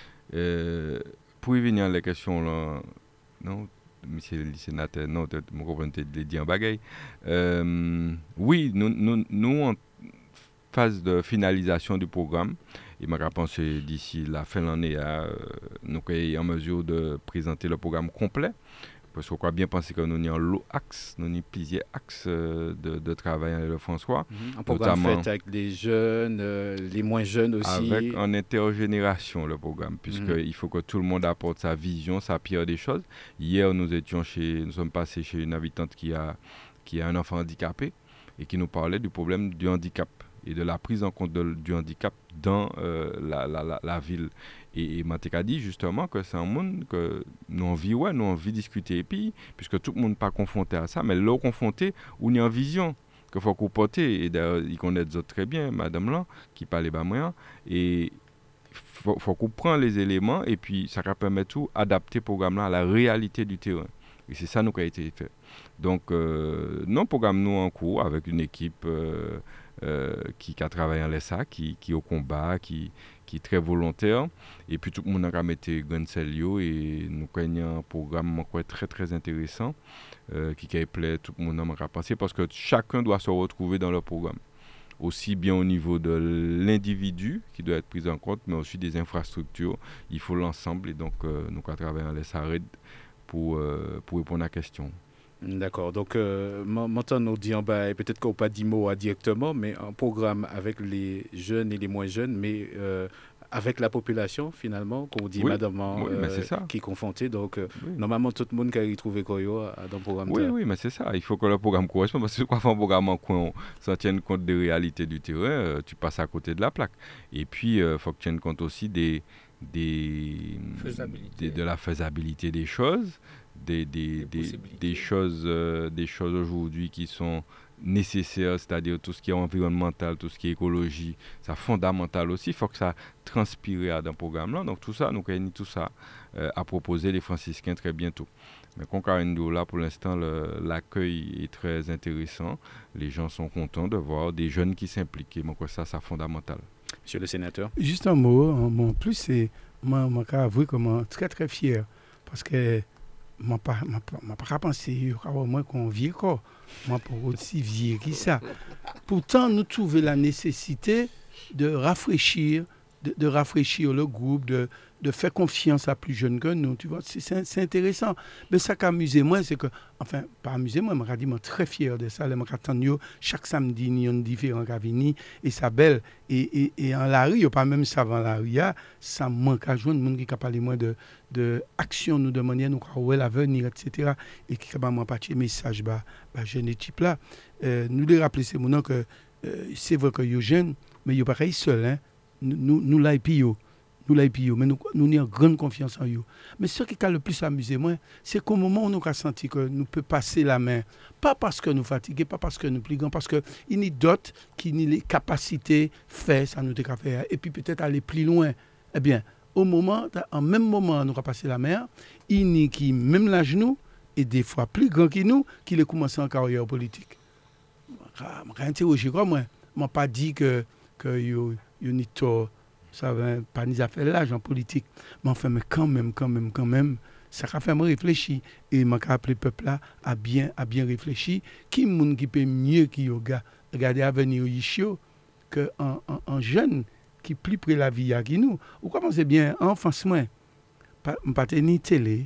Speaker 7: Euh, pour y venir à la question là, non, monsieur le sénateur, non, je comprends de le dire en bagaille. Euh, oui, nous, nous, nous en phase de finalisation du programme. Et je pense que d'ici la fin de l'année, euh, nous sommes en mesure de présenter le programme complet. Parce qu'on croit bien penser que nous avons l'axe, nous avons plusieurs axes euh, de, de travail avec le François.
Speaker 3: Mhm. Un programme
Speaker 7: Notamment-
Speaker 3: fait avec les jeunes, euh, les moins jeunes aussi.
Speaker 7: Avec en intergénération le programme, puisqu'il
Speaker 3: Mhm.
Speaker 7: faut que tout le monde apporte sa vision, sa pierre des choses. Hier, nous étions chez, nous sommes passés chez une habitante qui a, qui a un enfant handicapé et qui nous parlait du problème du handicap et de la prise en compte de- du handicap dans euh, la, la, la, la ville. Et, et Matek dit justement que c'est un monde que nous envie, ouais, nous envie discuter. Et puis, puisque tout le monde n'est pas confronté à ça, mais là, confronté, où il y a une vision qu'il faut qu'on porte. Et d'ailleurs, il connaît d'autres très bien, madame là, qui parlait bas moyen. Et il faut, faut qu'on prenne les éléments et puis ça va permettre tout adapter le programme là à la réalité du terrain. Et c'est ça nous qui a été fait. Donc, euh, non programme nous en cours avec une équipe euh, euh, qui, qui a travaillé en L S A, qui, qui est au combat, qui, qui est très volontaire. Et puis tout le monde a mis grand sérieux et nous avons un programme encore très très intéressant euh, qui qui plaît tout le monde a pensé parce que chacun doit se retrouver dans le programme. Aussi bien au niveau de l'individu qui doit être pris en compte, mais aussi des infrastructures. Il faut l'ensemble et donc euh, nous avons travaillé en L S A pour, euh, pour répondre à la question.
Speaker 3: D'accord. Donc, euh, mon- maintenant, nous dit en bas, et peut-être qu'on n'a pas dit mot directement, mais un programme avec les jeunes et les moins jeunes, mais euh, avec la population, finalement, qu'on dit
Speaker 7: Oui,
Speaker 3: madame,
Speaker 7: oui, mais c'est ça.
Speaker 3: qui est confrontée. Donc, euh,
Speaker 7: Oui.
Speaker 3: normalement, tout le monde qui a retrouvé Koyo dans le programme.
Speaker 7: Oui,
Speaker 3: de-
Speaker 7: oui, mais c'est ça. Il faut que le programme corresponde. Parce que quand on fait un programme en coin, on s'en tienne compte des réalités du terrain, euh, tu passes à côté de la plaque. Et puis, il faut que tu tiennes compte aussi des, des,
Speaker 4: Faisabilité.
Speaker 7: des- de la faisabilité des choses, des, des, des,
Speaker 4: possibilités.
Speaker 7: des choses, euh, des choses aujourd'hui qui sont nécessaires, c'est-à-dire tout ce qui est environnemental, tout ce qui est écologie, c'est fondamental aussi. Il faut que ça transpire dans le programme-là. Donc, tout ça, nous avons tout ça euh, à proposer les franciscains très bientôt. Mais Concarendo, là, pour l'instant, le- l'accueil est très intéressant. Les gens sont contents de voir des jeunes qui s'impliquent. Et moi, quoi, ça, c'est fondamental.
Speaker 3: Monsieur le sénateur.
Speaker 8: Juste un mot, un mot en plus, c'est moi, moi, je avouer que je suis très très fier parce que je n'ai pas, moi, pas- moi, pas pensé au moins qu'on vit quoi. Moi, pour aussi vieux que ça. Pourtant, nous trouvons la nécessité de rafraîchir, de, de rafraîchir le groupe, de, de faire confiance à plus jeunes que nous. Tu vois, c'est, c'est, c'est intéressant. Mais ça qui amuse moi, c'est que, enfin, pas amusé moi, je suis très fier de ça. Je suis chaque samedi, il y a un différent qui vient et ça belle. Et, et, et en la rue, il n'y a pas même ça dans la rue, ça manque à joindre monde qui a parlé moins de, de action, nous demander, nous voir l'avenir, et cetera. Et qui a pas parti message, bah, bah, jeune type là. Euh, nous les rappeler, c'est mon que euh, c'est vrai que yo jeune, mais yo pas seul, hein. Nous, nous là, et puis yo. Nous là, et puis yo. Mais nous, nous avons grande confiance en yo. Mais ce qui a le plus amusé, moi, c'est qu'au moment où nous avons senti que nous pouvons passer la main, pas parce que nous fatigués, pas parce que nous plions, parce qu'il y a d'autres qui ont les capacités, faire ça, nous devons faire, et puis peut-être aller plus loin. Eh bien, au moment, en même moment, nous avons passé la main, il y a qui, même là, genou, et des fois plus grands que nous qui ont commencé en carrière politique. Je vais interroger comme moi. Je n'ai pas dit que que ni tort, ça va pas ni affaire l'âge en politique. Mais enfin, mais quand même, quand même, quand même, ça a fait me réfléchir. Et je vais appeler le peuple là à bien, à bien réfléchir. Qui est qui peut mieux qui yoga regarder l'avenir Yishio que un, un, un jeune qui plus près la vie à qui nous. Ou comment c'est bien, enfance moi, pas pas ni télé.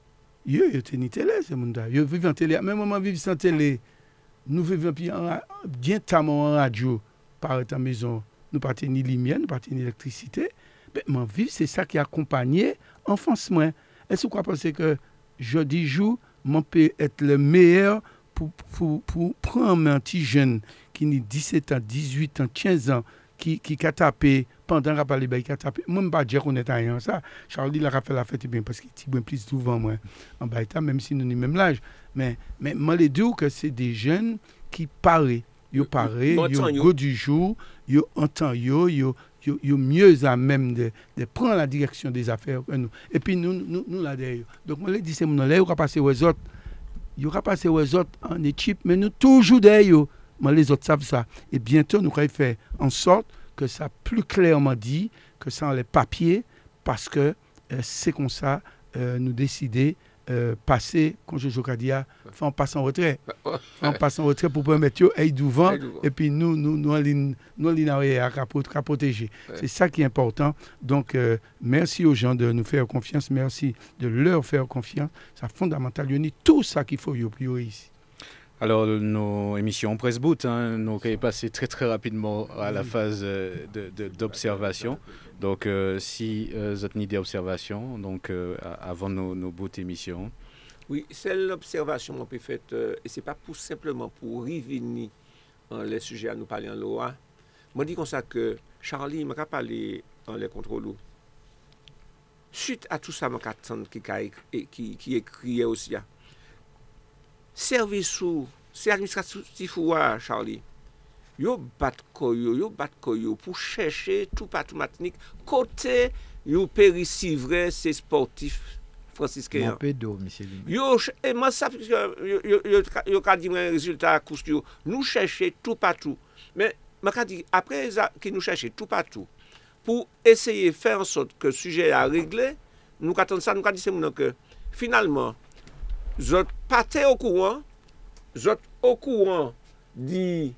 Speaker 8: Yo yo ni télé c'est mon da. Yo vivent en télé, même moment vivre sans télé. Nous vivons bien tamment en radio par ta maison. Nous pas ni lumière, nous pas ni électricité. Mais mon vivre c'est ça qui accompagné enfance moi. Est-ce que vous pensez que jeudi jour, mon peut être le meilleur pour, pour, pour prendre un petit jeune qui a dix-sept ans, dix-huit ans, quinze ans, qui, qui a tapé pendant qu'il a parlé, qui a tapé. Moi, je ne peux pas dire qu'on est rien ça. Charlie, il a fait la fête bien parce qu'il est bien plus souvent, moi, en Baïta, même si nous sommes même l'âge. Mais, mais moi, je dis que c'est des jeunes qui parlent. Ils parlent, ils ont go du jour, ils entendent, ils Yo, yo mieux à même de, de prendre la direction des affaires que nous. Et puis nous, nous, nous là derrière. Donc moi, je dis, c'est mon là, il va passer aux autres. Il va passer aux autres en équipe, mais nous toujours derrière. Moi, les autres savent ça. Et bientôt, nous allons faire en sorte que ça plus clairement dit, que ça en les papiers, parce que euh, c'est comme ça, euh, nous décider Euh, passer, quand je joue à dire, on passe en retrait. On passe en retrait pour permettre eux d'aller devant et puis nous, nous, nous, nous, nous, nous arrière à protéger. Ouais. C'est ça qui est important. Donc, euh, merci aux gens de nous faire confiance. Merci de leur faire confiance. C'est fondamental. Il y a tout ça qu'il faut pour ici.
Speaker 3: Alors, nos émissions presse boot, hein, nous avons passé très très rapidement à la phase euh, de, de, d'observation. Donc, euh, si euh, vous avez une idée d'observation, donc euh, avant nos, nos bouts d'émission.
Speaker 4: Oui, c'est l'observation qu'on peut faire, euh, et ce n'est pas pour, simplement pour revenir euh, les sujets à nous parler en loi. Je dis comme ça que Charlie m'a parlé en les contrôles. Suite à tout ça, je qui, qui, qui écrit aussi. Service sous, c'est administratif ou Charlie. Yo bat koyo, yo bat koyo pour chercher tout partout matinique côté yo périssivre c'est sportif franciscain.
Speaker 6: Mon pédo monsieur.
Speaker 4: Yo et moi ça yo yo yo ka di un résultat course yo nous chercher tout partout. Mais m'a ka di après que nous chercher tout partout pour essayer de faire en sorte que le sujet a réglé, nous attendons ça nous ka di c'est que finalement vous partez au courant, vous au courant dit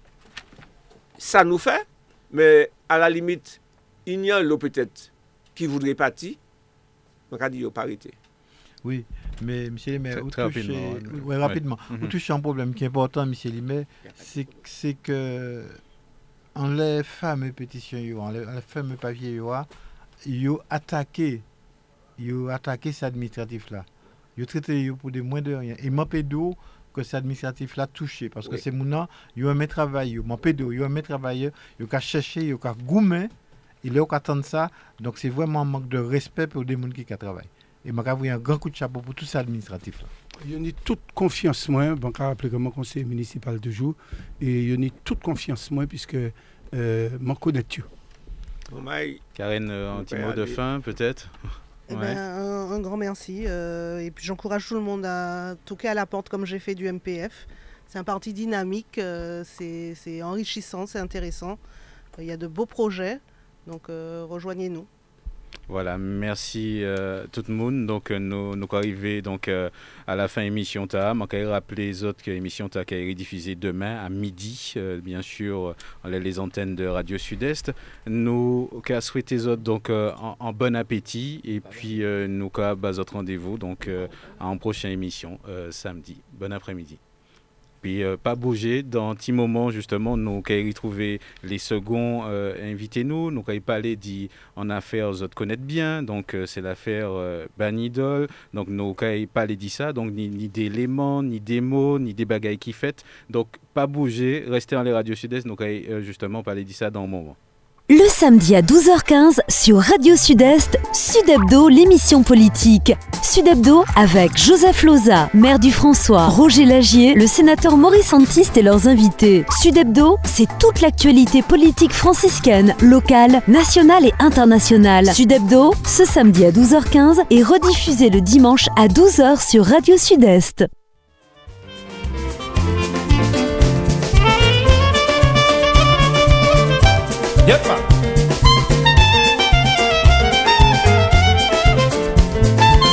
Speaker 4: ça nous fait, mais à la limite, il y a l'eau peut-être qui voudrait partir, on a dit qu'il faut pas arrêter.
Speaker 6: Oui, mais M. Limet,
Speaker 3: très rapidement,
Speaker 6: toucher, ouais, rapidement, ouais. Vous touchez un problème qui est important, M. Limet, c'est, c'est que en les fameux pétitions, en les, les fameux papiers, ils ont attaqué, ils ont attaqué cet administratif-là. Ils ont traité pour des moins de rien. Et mon pédo, que cet administratif l'a touché parce que oui. C'est mon nom, il a un travail, mon pédo, il a un travail, il a cherché, il a goumé, il a attendre ça. Donc c'est vraiment un manque de respect pour des gens qui travaillent. Et je vais un grand coup de chapeau pour tout cet administratif là.
Speaker 8: Il y a toute confiance moi, je vais appeler comme conseiller municipal de jour et il y a toute confiance moi puisque euh, je connais tout.
Speaker 3: Karen, euh, un petit mot de fin peut-être.
Speaker 5: Eh
Speaker 3: ouais.
Speaker 5: ben, un, un grand merci euh, et puis j'encourage tout le monde à toquer à la porte comme j'ai fait du M P F. C'est un parti dynamique, euh, c'est, c'est enrichissant, c'est intéressant. Il y a de beaux projets, donc euh, rejoignez-nous.
Speaker 3: Voilà, merci euh, tout le monde. Donc euh, nous nous arrivons donc euh, à la fin émission ta. Je vais rappeler les autres que l'émission ta qui est diffusée demain à midi, euh, bien sûr, on a les antennes de Radio Sud-Est. Nous qu'à souhaiter les autres donc euh, en, en bon appétit et puis euh, nous qu'à bas autres rendez-vous donc euh, à une prochaine émission euh, samedi. Bon après-midi. Puis euh, pas bouger dans un petit moment justement nous allons retrouver les seconds euh, invitez-nous nous allons parler en affaires vous connaissez bien donc euh, c'est l'affaire euh, Banidol donc nous allons parler de ça donc ni, ni d'éléments ni des mots ni des bagailles qui fait donc pas bouger restez dans les radios Sud-Est nous allons euh, justement parler de ça dans un moment.
Speaker 2: Le samedi à douze heures quinze sur Radio Sud-Est. Sud Hebdo, l'émission politique. Sud Hebdo avec Joseph Loza, maire du François, Roger Lagier, le sénateur Maurice Antiste et leurs invités. Sud Hebdo, c'est toute l'actualité politique franciscaine, locale, nationale et internationale. Sud Hebdo, ce samedi à douze heures quinze et rediffusé le dimanche à douze heures sur Radio Sud-Est.
Speaker 9: Yep.